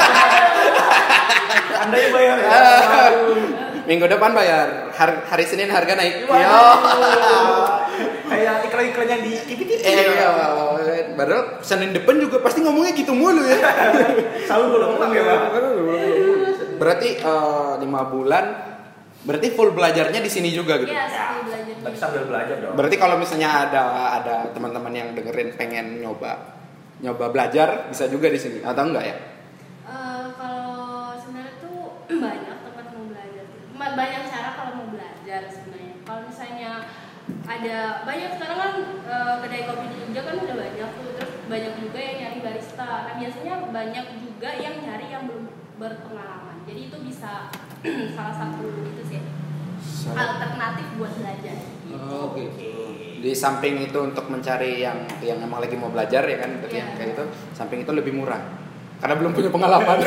Anda yang bayar ya. Minggu depan bayar. Har- hari Senin harga naik. Yo. Kayak iklan-iklan yang di T V T V. Eh, iya. Padahal Senin depan juga pasti ngomongnya gitu mulu ya. Selalu kalau ngomong ya, Bang. Berarti eh, lima bulan. Berarti full belajarnya di sini juga gitu. Iya, Ya, sambil belajar. tapi sambil belajar dong. Berarti kalau misalnya ada ada teman-teman yang dengerin pengen nyoba nyoba belajar bisa juga di sini atau enggak ya? Eh, kalau sebenarnya tuh banyak tempat mau belajar. Ma- Banyak cara kalau mau belajar sebenarnya. Kalau misalnya ada banyak sekarang kan eh, kedai kopi di Jogja kan udah banyak tuh, terus banyak juga yang nyari barista. Nah biasanya banyak juga yang nyari yang belum berpengalaman. Jadi itu bisa salah satu itu sih alternatif buat belajar. Gitu. Oh gitu. Di samping itu untuk mencari yang yang emang lagi mau belajar ya kan, berarti Iya. yang kayak itu, samping itu lebih murah. Karena belum punya pengalaman.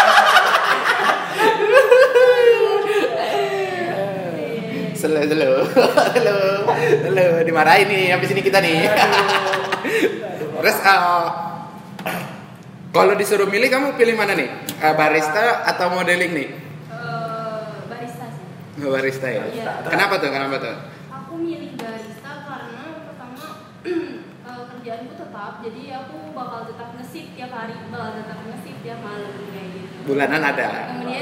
Selo, selo, selo, selo, dimarahin nih habis ini kita nih. Terus uh, kalau disuruh milih kamu pilih mana nih? Uh, barista atau modeling nih? Eh, barista sih. Oh, barista ya. Iya. Kenapa tuh? Kenapa tuh? Aku milih barista karena pertama eh, kerjaanku tetap, jadi aku bakal tetap nge-shift tiap hari, bakal tetap nge-shift tiap malam kayak gitu. Bulanan ada. Kemudian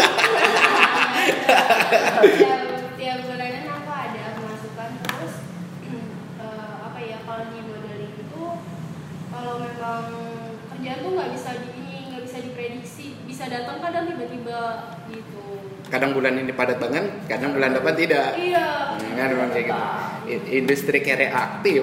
tiap, tiap bulanan aku ada pemasukan terus eh, apa ya kalau di modeling itu kalau memang kerjaan tuh nggak bisa di ini nggak bisa diprediksi, bisa datang kadang tiba-tiba gitu. Kadang bulan ini padat banget, kadang bulan depan tidak. Iya. Hmm, kan memang kayak gitu. I- Industri kayak reaktif.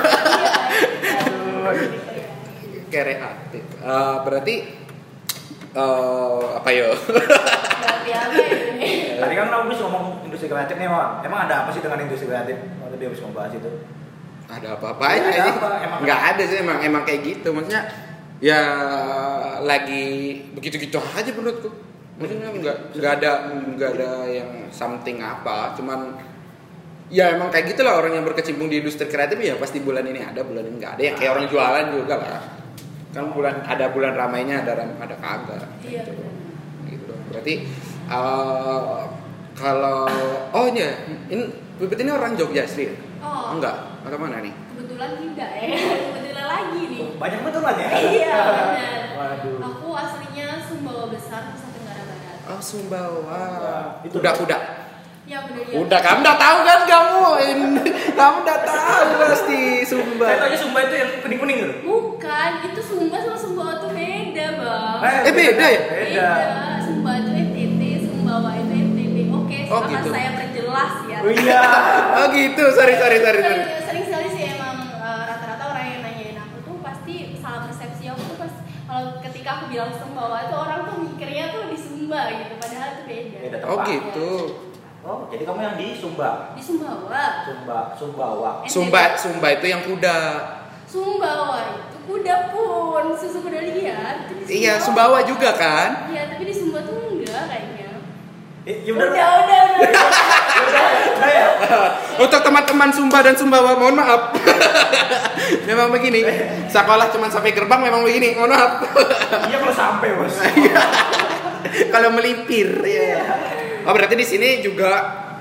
Iya. Kayak reaktif. Eh, berarti eh, apa yo? Berarti apa ya ini? Tadi kan kamu bisa ngomong industri kreatif nih, Wan. Emang ada apa sih dengan industri kreatif? Waktu dia habis membahas itu. Ada apa-apanya Ada sih? apa? Emang- Nggak ada sih emang emang kayak gitu. Maksudnya ya lagi begitu-gitu aja menurutku. Maksudnya nggak nggak ada nggak ada yang something apa. Cuman ya emang kayak gitulah orang yang berkecimpung di industri kreatif ya pasti bulan ini ada, bulan ini nggak ada. Ya kayak orang jualan juga lah. Kan bulan ada bulan ramainya, ada ram- ada kagak. Iya. Gitu. Berarti eh, kalau oh iya, ini Bibit ini orang Jogja asli? Oh. Enggak, atau mana nih? Kebetulan tidak ya, kebetulan lagi nih. Banyak betulan ya? Iya benar. Waduh. Aku aslinya Sumbawa Besar, Nusa Tenggara Barat. Oh Sumbawa. Itu Kuda-kuda. Ya benar ya. Udah kamu udah tahu kan kamu? Kamu udah tahu pasti Sumba. Saya tahu aja Sumba itu yang kuning-kuning gitu. Bukan, itu Sumba sama Sumbawa tuh beda bang. Eh, beda ya? Beda. Sumba itu N T T, Sumbawa itu N T B. Oke, Oh, akan gitu. saya perjelas ya. Oh iya. Oh gitu, sorry sorry sorry. sorry. Sering, sering sekali sih emang eh, rata-rata orang yang nanyain aku tuh pasti salah persepsi aku tuh pas kalau ketika aku bilang Sumbawa itu orang tuh mikirnya tuh di Sumba gitu, padahal itu beda. Beda Oh tempat. gitu. Oh, jadi kamu yang di Sumba. Di Sumbawa. Sumba, Sumbawa. Sumba Sumba itu yang kuda. Sumbawa itu kuda pun susu kuda liar. Itu di Iya Sumbawa juga kan? Iya, tapi di Sumba tuh enggak kayaknya. Eh, ya Udah, udah. udah, udah. Udah, udah ya. Untuk teman-teman Sumba dan Sumbawa mohon maaf. Memang begini. Sekolah cuma sampai gerbang memang begini. Mohon maaf. Iya kalau sampai, Bos. Kalau melimpir ya. Oh berarti di sini juga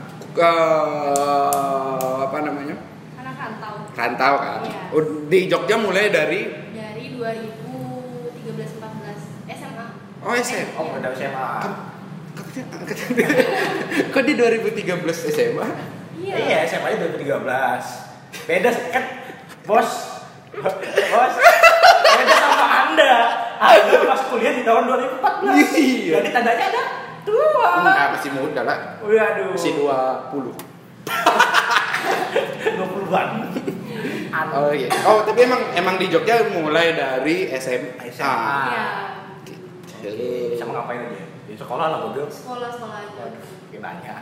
eh, apa namanya? Anak rantau. Rantau kan. Iya. Oh, di Jogja mulai dari Dari dua ribu tiga belas empat belas S M A. Oh, S M A. Oh, udah S M A. Kok di dua ribu tiga belas S M A? Iya. Iya, S M A-nya dua ribu tiga belas. Beda kan, Bos. Bos. Beda sama Anda. Anda masuk kuliah di tahun dua ribu empat belas. Iya. Jadi tandanya ada tua. Enggak, masih muda lah. Waduh. Masih dua puluh. dua puluhan. Oh iya. Oh, tapi emang emang di Jogja mulai dari S M A. S M A. Iya. Jadi sama ngapain aja? Di sekolah lah bodoh. Sekolah-sekolah aja. Gimana?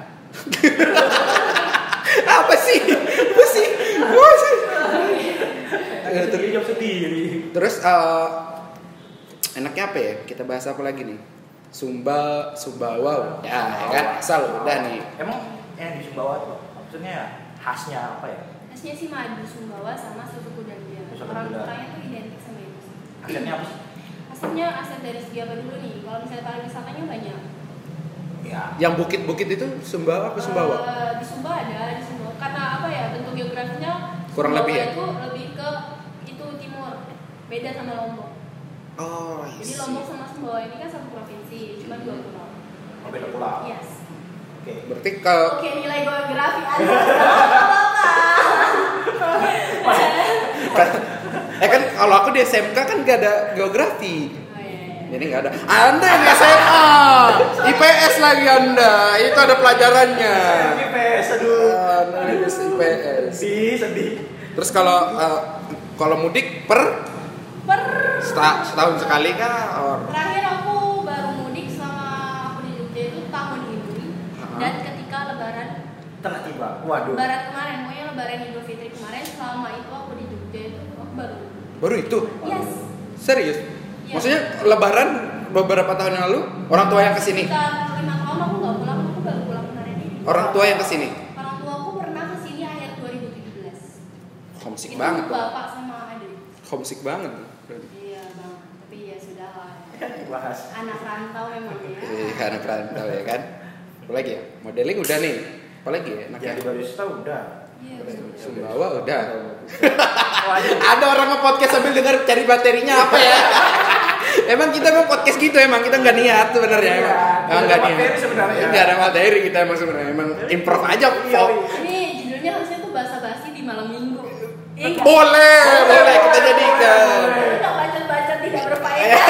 Apa sih? Apa sih? Apa sih? Ayo terus jawab sendiri. Terus uh, enaknya apa ya? Kita bahas apa lagi nih? Sumba, Sumbawa. Ya, ya kan? Asal udah nih. Emang yang di Sumbawa tuh maksudnya khasnya apa ya? Khasnya sih madu Sumbawa sama susu kuda dia. Susu Orang kuda. orangnya tuh identik sama itu sih. Asetnya apa sih? Asetnya aset dari segi apa dulu nih? Kalau misalnya pariwisatanya banyak. Ya. Yang bukit-bukit itu Sumbawa apa Sumbawa? Eh, di Sumba ada, di Sumba. Karena apa ya? Bentuk geografinya Kurang Sumbawa lebih ya? itu lebih ke itu timur. Beda sama Lombok. Oh, I Jadi see. Lombok sama Sumbawa ini kan satu provinsi, cuma dua pulau. Oh, beda pulau. Yes. Oke. Berarti kalau Oke, nilai geografi Anda apa? eh kan kalau aku di S M K kan gak ada geografi. Oh, iya, iya. Jadi nggak ada. Anda yang S M A, I P S lagi Anda. Itu ada pelajarannya. I P S aduh. Anda I P S. Sedih, sedih. Terus kalau uh, kalau mudik per Per seta- setahun sekali kah? Or terakhir aku baru mudik selama aku di Jogja itu tahun ini Ha-ha. dan ketika lebaran Telah tiba. Waduh. lebaran kemarin, pokoknya lebaran Idul Fitri kemarin selama itu aku di Jogja itu aku baru. baru itu? Yes. Serius? Iya. Maksudnya lebaran beberapa tahun yang lalu orang tua yang kesini? Sekitar lima tahun aku nggak pulang, aku baru pulang kemarin ini. Orang tua yang kesini? Orang tua aku pernah kesini akhir dua ribu tujuh belas. Homesick Itu banget. tuh. bapak sama adik. Homesick banget. tuh. Iya bang, tapi ya sudah lah. Bahas. Anak rantau memang ya. Eh, anak rantau ya kan. Apalagi ya? Modeling udah nih. Apalagi ya? Enaknya Jadi barista udah. Iya. Sumbawa udah. Waduh. Ada orang nge-podcast sambil dengar cari materinya apa ya? Emang kita mau podcast gitu emang kita nggak niat sebenarnya emang. Iya, Emang tidak nggak ada niat. materi sebenarnya. Nggak ada materi kita emang sebenarnya emang improv aja. Iya, Folk. iya. Ini judulnya harusnya tuh basa-basi di malam minggu. Iya nggak? Boleh, boleh kita jadikan. Kita bacot-bacot tidak berfaedah.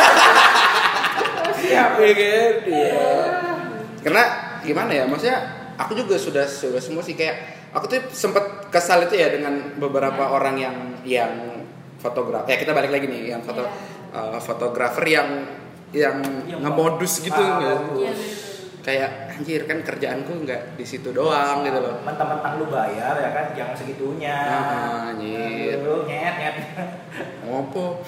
Siap. Iya kan? Iya. Karena gimana ya? Maksudnya aku juga sudah sudah semua sih kayak aku tuh sempet kesal itu ya dengan beberapa Ya. orang yang yang fotografer. Ya kita balik lagi nih yang foto Ya. uh, fotografer yang yang Yang ngemodus gitu ah, nggak? modus. Iya betul. Kayak anjir kan kerjaanku nggak di situ doang gitu loh. Mentang-mentang lu bayar ya kan, jangan segitunya. Nah, anjir. Lu nyet nyet. Ngopo?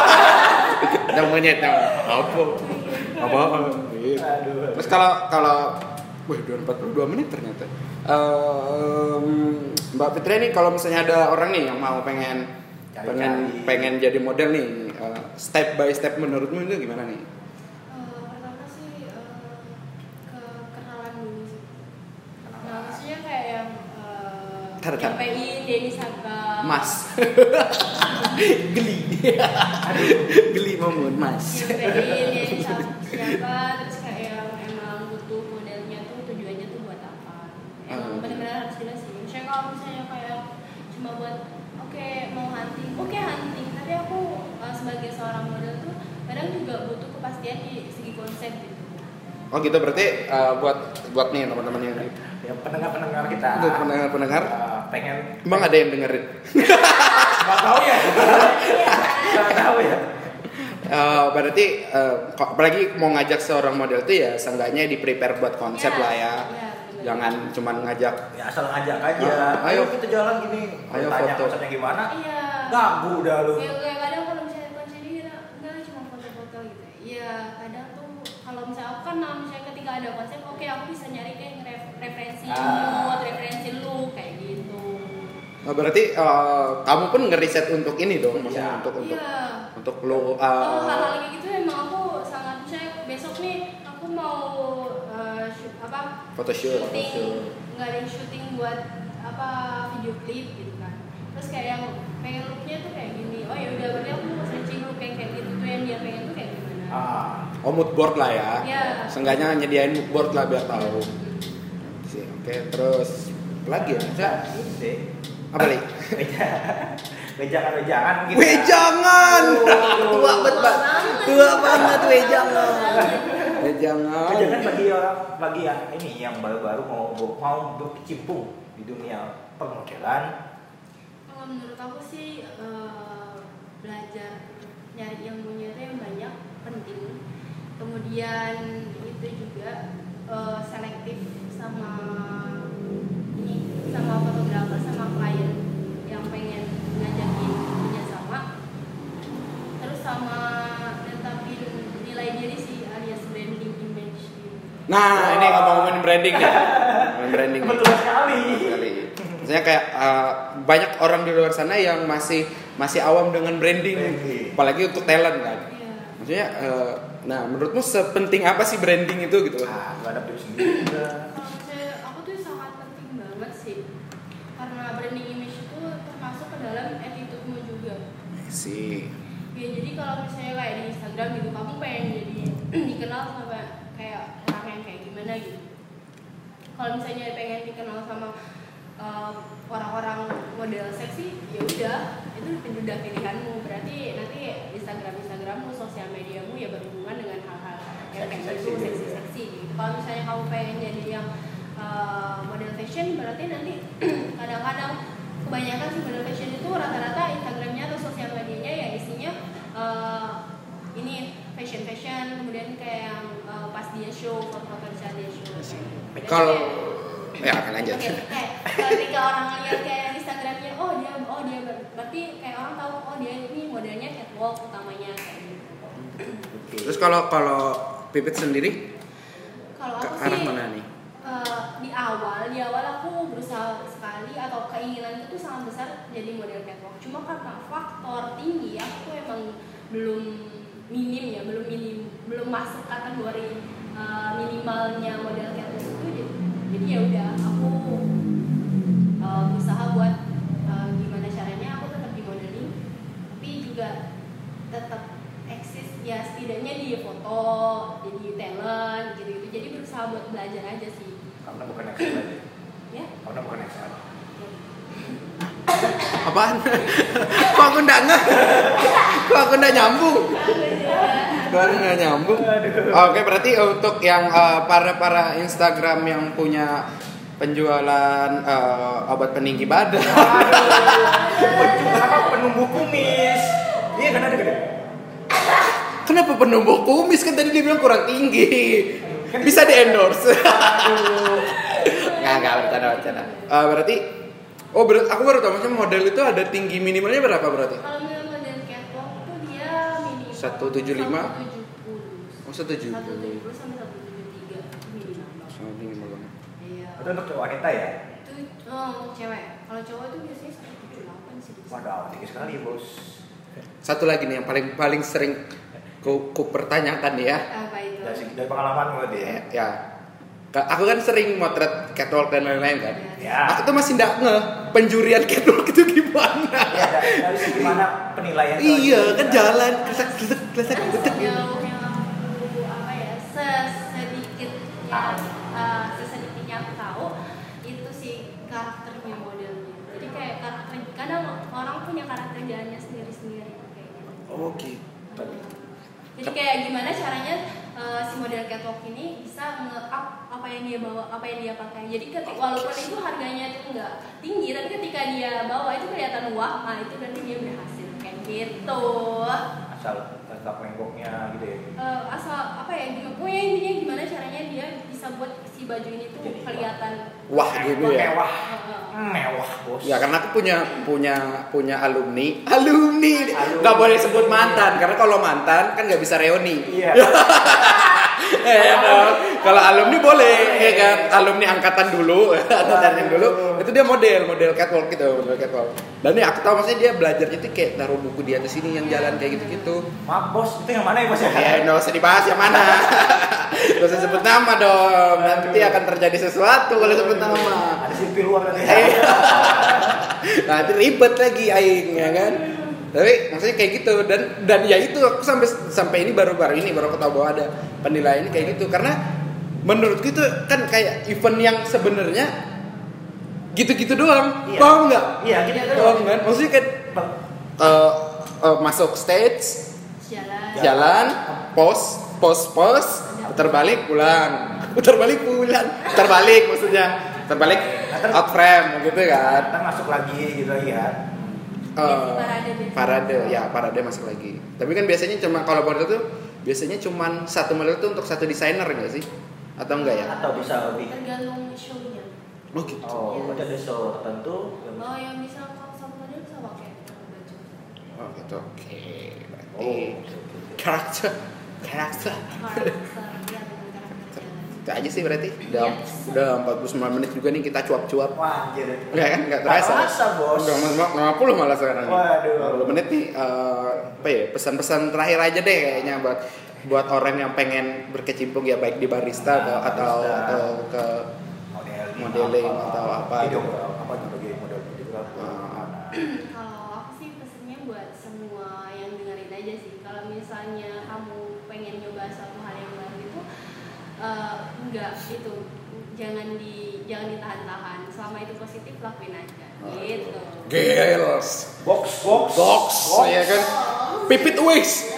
Namanya apa? Apa? Aduh. Terus kalau kalau wah udah empat puluh dua menit ternyata. Ehm, Mbak Fitri nih kalau misalnya ada orang nih yang mau pengen Cari-cari. pengen pengen jadi model nih, eh, step by step menurutmu itu gimana nih? Eh, pertama sih eh, ke kenalan dulu sih. Nah, maksudnya kayak yang eh, Tar, tar. nyampein Denny Saga. Mas. Geli. Geli momen Mas. Nyampein Denny Saga siapa, terus kayak yang emang butuh modelnya tuh tujuannya tuh buat apa. Emang Hmm. benar-benar harus jelas sih. Misalnya kalau misalnya kayak cuma buat oke mau hunting, oke hunting, tapi aku eh, sebagai seorang model tuh kadang juga butuh kepastian di segi konsep gitu. Oh gitu berarti eh, buat buat nih teman-teman yang Ya pendengar-pendengar kita. Untuk pendengar-pendengar. eh, pengen emang ada yang dengerin. nggak tahu ya. Nggak tahu ya. Eh, berarti eh, kok- apalagi mau ngajak seorang model tuh ya seenggaknya di prepare buat konsep Ya, lah ya. ya, betul. Jangan cuman ngajak Ya asal ngajak aja. Ah, ayo ayo. kita jalan gini. Ayo Tanya foto. konsepnya gimana? Iya. Ganggu udah lu. Ya kayak kadang kalau misalnya konsep ini kita enggak cuma foto-foto gitu. Iya, kadang tuh kalau misalnya aku kan nah, misalnya ketika ada konsep, oke aku bisa nyari kayak ref- referensi Ah. mood, referensi look kayak gitu. Oh, berarti eh, kamu pun ngeriset untuk ini dong, maksudnya Iya. untuk untuk Iya. untuk lo. eh, Oh, hal-hal kayak gitu emang aku sangat misalnya besok nih aku mau eh, shoot, apa? Photoshoot. Shooting, nggak ada yang syuting buat apa video klip gitu kan. Terus kayak yang pengen looknya tuh kayak gini. Oh ya udah berarti aku mau searching look kayak kayak gitu tuh yang dia pengen tuh kayak gimana. Ah. Oh mood board lah ya. Iya. Seenggaknya nyediain mood board lah biar tahu. Oke, terus apa lagi ya? Maksudnya, Ini sih. apa lagi? Meja wejangan-wejangan gitu. Wejangan. Oh, Tua banget, Pak. Tua banget wejangan. Wejangan. Wejangan bagi orang bagi yang ini yang baru-baru mau mau berkecimpung di dunia permodelan. Kalau menurut aku sih uh, belajar nyari ilmunya itu yang banyak penting. Kemudian itu juga uh, selektif sama ini sama fotografer sama klien yang pengen ngajakin kerjasama. Terus sama tetapin nilai diri sih alias branding image. Nah, ini ngomong-ngomongin branding nih. Ngomongin branding. Betul sekali. Sekali. Maksudnya kayak uh, banyak orang di luar sana yang masih masih awam dengan branding, Branding. apalagi untuk talent kan. Iya. Maksudnya, uh, nah menurutmu sepenting apa sih branding itu gitu? Ah, nggak ada diri sendiri juga. Kalau saya aku tuh sangat penting banget sih. Karena branding image itu termasuk ke dalam attitude-mu juga. Sih. Ya jadi kalau misalnya kayak di Instagram gitu kamu pengen jadi dikenal sama kayak orang yang kayak gimana gitu. Kalau misalnya pengen dikenal sama uh, orang-orang model seksi, ya udah itu udah pilihanmu. Berarti nanti Instagram Instagrammu, sosial mediamu ya berhubungan dengan hal-hal yang kayak Seksi-seksi gitu, gitu. seksi-seksi gitu. Kalau misalnya kamu pengen jadi yang uh, model fashion, berarti nanti kadang-kadang kebanyakan sih model fashion itu rata-rata Instagramnya atau sosial medianya ya isinya uh, ini fashion fashion, kemudian kayak yang uh, pas dia show, foto-foto di saat dia show. Berarti Kalau kayak- ya akan aja. Oke, kayak ketika orang ngeliat kayak Instagramnya, oh dia, oh dia ber- berarti kayak orang tahu, oh dia ini modelnya catwalk utamanya kayak gitu. Oke. Terus kalau kalau Pipit sendiri Kalau ke aku arah sih mana nih? eh, di awal, di awal aku berusaha sekali atau keinginan itu sangat besar jadi model catwalk. Cuma karena faktor tinggi, aku tuh emang belum minim ya, belum minim, belum masuk kategori eh, minimalnya model catwalk itu. Jadi, jadi ya udah aku eh, berusaha buat eh, gimana caranya aku tetap di modeling, tapi juga tetap eksis ya setidaknya di foto, jadi talent gitu-gitu. Jadi berusaha buat belajar aja sih. Karena bukan Excel aja. Ya. Karena bukan Excel. Apaan? Kok aku nggak nge? Kok aku nggak nyambung? Kok aku nggak nyambung? Oke, berarti untuk yang uh, para-para Instagram yang punya penjualan uh, obat peninggi badan. Aduh, apa penumbuh kumis? Iya kan ada gede. Kenapa penumbuh kumis? Kan tadi dia bilang kurang tinggi. Bisa di endorse. Nggak, nggak bercanda, bercanda. Uh, berarti, oh ber- aku baru tahu maksudnya model itu ada tinggi minimalnya berapa berarti? Kalau misalnya model catwalk tuh dia minimal seratus tujuh puluh lima? seratus tujuh puluh. Oh, seratus tujuh puluh. seratus tujuh puluh sampai seratus tujuh puluh tiga itu minimal. Sangat minimal banget. Iya. Itu untuk wanita ya? Itu oh, untuk cewek. Kalau cowok itu biasanya seratus tujuh puluh delapan sih. Waduh, tinggi sekali bos. Satu lagi nih yang paling paling sering ku, ku pertanyakan nih ya. Apa itu? Dari, dari pengalaman berarti ya. Ya, ya. Ka- Aku kan sering motret catwalk dan lain-lain kan. Ya. Aku tuh masih nggak nge penjurian catwalk itu gimana. Iya, dari, dari segi mana penilaian? Iya, kan jalan klesak klesak klesak Yang klesak. yang yang aku apa ya sesedikitnya uh, sesedikitnya aku tahu itu sih karakternya modelnya. Jadi kayak karakter kadang orang punya karakter jalannya sendiri-sendiri kayak gitu. Oh gitu. Jadi kayak gimana caranya uh, si model catwalk ini bisa nge-up apa yang dia bawa, apa yang dia pakai. Jadi ketika walaupun itu harganya itu enggak tinggi, tapi ketika dia bawa itu kelihatan wah, nah itu berarti dia berhasil kayak gitu. Asal tetap lenggoknya gitu ya. Uh, asal apa ya? Gimana? Pokoknya intinya gimana caranya dia bisa buat si baju ini tuh Jadi, kelihatan Wah gitu ya. Mewah. uh, uh, Mewah bos. Ya karena aku punya punya punya alumni, alumni Alumni. nggak boleh sebut mantan karena kalau mantan kan nggak bisa reuni. Iya. Eh, dong. Kalau alumni boleh, ya kan? Alumni angkatan dulu, angkatan yang dulu, itu dia model, model catwalk gitu, model catwalk. Dan ya aku tahu maksudnya dia belajarnya tuh kayak taruh buku di atas sini yang jalan kayak gitu-gitu. Maaf bos, itu yang mana ya bos ya? Ya, nggak usah dibahas yang mana. Nggak usah sebut nama dong. Nanti akan terjadi sesuatu kalau sebut nama. Ada sipil luar nanti. Nanti ribet lagi aing ya kan. Tapi maksudnya kayak gitu dan dan ya itu aku sampai sampai ini baru-baru ini baru aku tahu bahwa ada penilaiannya kayak gitu karena menurutku itu kan kayak event yang sebenarnya gitu-gitu doang. Iya. Paham nggak? Iya, gitu doang. Paham kan? Maksudnya kan uh, uh, masuk stage, Jalan. jalan, pos, pos, pos, putar balik pulang, putar balik pulang, putar balik maksudnya, putar balik out frame gitu kan. Kita masuk lagi gitu ya. Uh, Parade biasanya. parade, ya parade masuk lagi. Tapi kan biasanya cuma kalau model tuh biasanya cuma satu model tuh untuk satu desainer nggak sih? Atau enggak ya? Atau bisa lebih. Tergantung show-nya. Oh gitu. Oh, berarti ada show tertentu. Oh, yang bisa kalau satu model bisa pakai baju. Oh gitu. Oke. Berarti Oh. karakter, karakter. Karakter, ya dengan karakter jalan. Itu aja sih berarti. Udah Yes. udah empat puluh sembilan menit juga nih kita cuap-cuap. Wah, anjir. Ya kan nggak terasa. Nggak terasa, Bos. Udah lima puluh malah sekarang. Waduh. lima puluh menit nih eh, apa ya? Pesan-pesan terakhir aja deh kayaknya buat buat orang yang pengen berkecimpung ya baik di barista Nah, atau barista. atau ke Modeling, modeling atau apa Video gitu. apa sebagai model video. Ah. Kalau aku sih pesennya buat semua yang dengerin aja sih. Kalau misalnya kamu pengen nyoba suatu hal yang baru itu, eh, enggak itu jangan di jangan ditahan-tahan. Selama itu positif lakuin aja. Gitu. Girls. Box, box, Box, ya kan? Pipit Wix.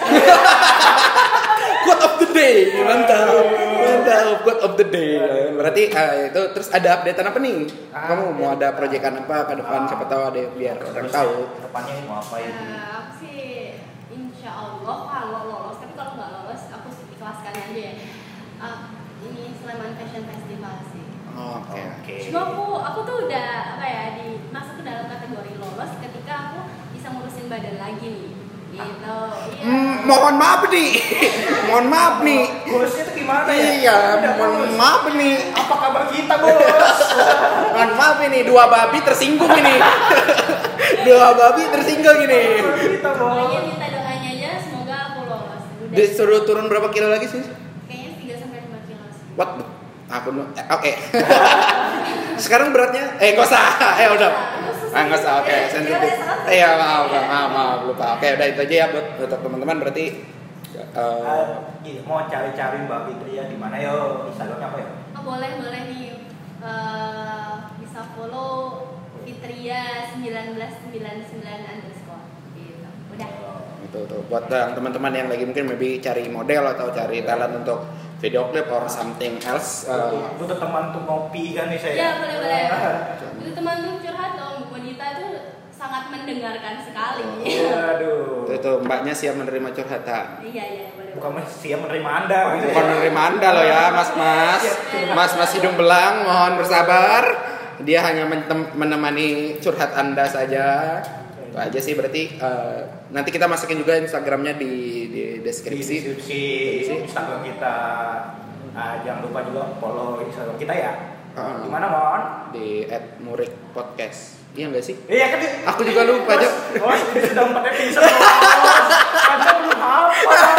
Quote of the day, mantap, mantap. Quote of the day. Berarti eh, itu terus ada updatean apa nih? Kamu mau ada proyekan apa ke depan? Siapa tahu ada biar orang tahu. Depannya ini mau apa Ya, ini? aku sih insya Allah kalau lolos, tapi kalau nggak lolos aku ikhlaskan aja ya. Ah, ini Sleman Fashion Festival sih. Oke. Oke. Cuma aku aku tuh udah apa ya di masuk ke dalam kategori lolos ketika aku bisa ngurusin badan lagi nih. Gitu. Iya. Hmm, mohon maaf nih, mohon maaf nih. Bosnya tuh gimana ya? Iya, Udah, mohon Bos. maaf nih. Apa kabar kita, Bos? Mohon maaf ini dua babi tersinggung ini. Dua babi tersinggung ini. Kita, Bos. Pokoknya minta doanya aja semoga aku lolos. Udah. Disuruh turun berapa kilo lagi sih? Kayaknya tiga sampai lima kilo sih. What? Aku nu- eh, oke. Sekarang beratnya eh enggak usah. Eh udah. Ah enggak usah. Oke, sensitif. Eh ya maaf, maaf, maaf, lupa. Oke, udah itu aja ya buat untuk teman-teman berarti eh, Ah, gini, mau cari-cari Mbak Fitri ya di mana yo? Instagramnya apa ya? Oh, boleh boleh nih. Eh, bisa follow Fitria sembilan belas sembilan puluh sembilan underscore gitu. Udah. itu tuh buat yang teman-teman yang lagi mungkin maybe cari model atau cari talent untuk video clip or something else. eh, Butuh teman untuk ngopi kan nih saya. Ya boleh boleh. Itu teman tuh curhat dong. Wanita itu sangat mendengarkan sekali. Waduh. itu, itu mbaknya siap menerima curhatan. Iya iya boleh. Bukan siap menerima Anda gitu. Bukan menerima Anda loh ya, Mas-mas. Mas-mas hidung belang, mohon bersabar. Dia hanya mentem- menemani curhat Anda saja. Itu aja sih berarti eh, nanti kita masukin juga Instagramnya di di Di deskripsi. deskripsi Instagram kita. Nah, jangan lupa juga follow Instagram kita ya. Ah. Gimana, Mon? Di at murik podcast. Iya nggak sih? Iya kan? Aku juga lupa, Bos, Jok. Bos, ini sudah empat episode, Bos. Anda belum hafal.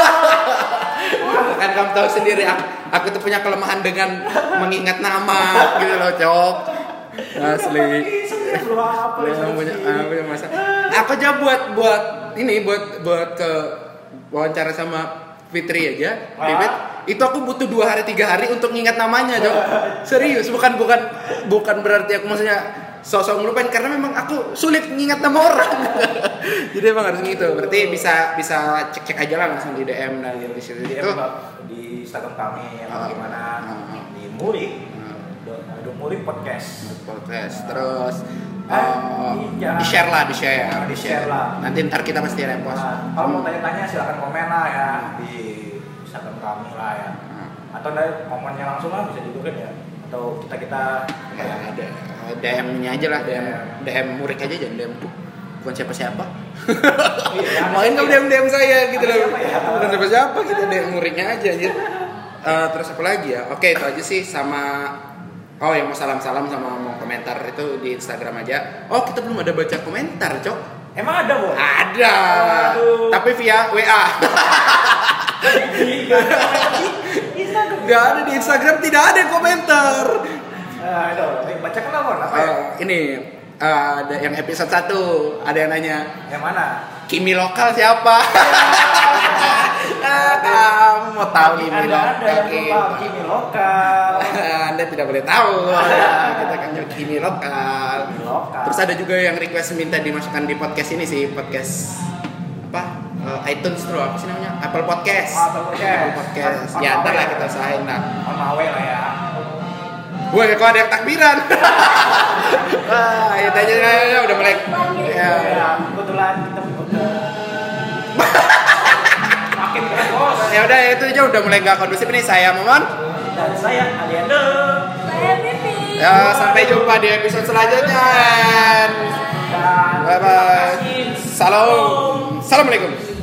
Kan kamu tahu sendiri aku, aku tuh punya kelemahan dengan mengingat nama gitu loh, Cok. Asli. Belum hafal. Aku punya, aku punya masa. Aku aja buat buat ini buat buat ke wawancara sama Fitri aja, Ah. Pipit. Itu aku butuh dua hari tiga hari untuk ngingat namanya, Cok. Serius, bukan bukan bukan berarti aku maksudnya sosok ngelupain karena memang aku sulit ngingat nama orang. Jadi emang harus gitu. Berarti bisa bisa cek-cek aja lah langsung di D M dan di situ Di, itu. di Instagram kami yang Ah. gimana Ah. di Murik, Nah, ada Murik Podcast. podcast terus Eh, eh, iya. di share lah, di share, Ah, di-share lah. Nanti ntar kita pasti repost. Nah, kalau mau tanya-tanya silakan komen lah ya di Instagram kami lah ya. Nah, Atau dari komennya langsung lah bisa juga kan ya. Atau kita kita ya, ada D M-nya aja lah, D M D M murik aja jangan D M ku. Bukan siapa-siapa. Iya, Main kamu D M D M saya gitu Ada loh. siapa ya? Bukan siapa-siapa kita D M muriknya aja anjir. Eh, terus apa lagi ya? Oke, itu aja sih sama oh yang mau salam-salam sama mau komentar itu di Instagram aja. Oh, kita belum ada baca komentar, Cok. Emang ada, Bos? Ada. Aduh. Tapi via W A. Instagram. Gak ada di Instagram, tidak ada komentar. Nah, itu, eh, bacakan lah, Mon. Apa ya? Eh, ini eh, ada yang episode satu ada yang nanya Yang mana? Kimi lokal siapa? Ah, kamu mau tahu nih Anda, Milo Anda yang belum paham kimi lokal. Anda tidak boleh tahu. Kita kan kimi lokal. Kimi lokal. Terus ada juga yang request minta dimasukkan di podcast ini sih, podcast apa? Uh, iTunes tuh apa sih namanya? Apple Podcast. Oh, Apple Podcast. Apple Podcast. On- on Ya, my ntar way lah lah. kita usahain lah. On my way lah ya. Wah, kok ada yang takbiran. Wah, ya tanya ya, udah mulai. Ya, Ya, kebetulan kita udah makin keren bos. ya udah itu aja udah mulai nggak kondusif nih. Saya Momon. Dan saya Aliando. Saya Vivi. Ya, sampai jumpa di episode selanjutnya. Dan Bye bye. terima kasih. Salam. Assalamualaikum.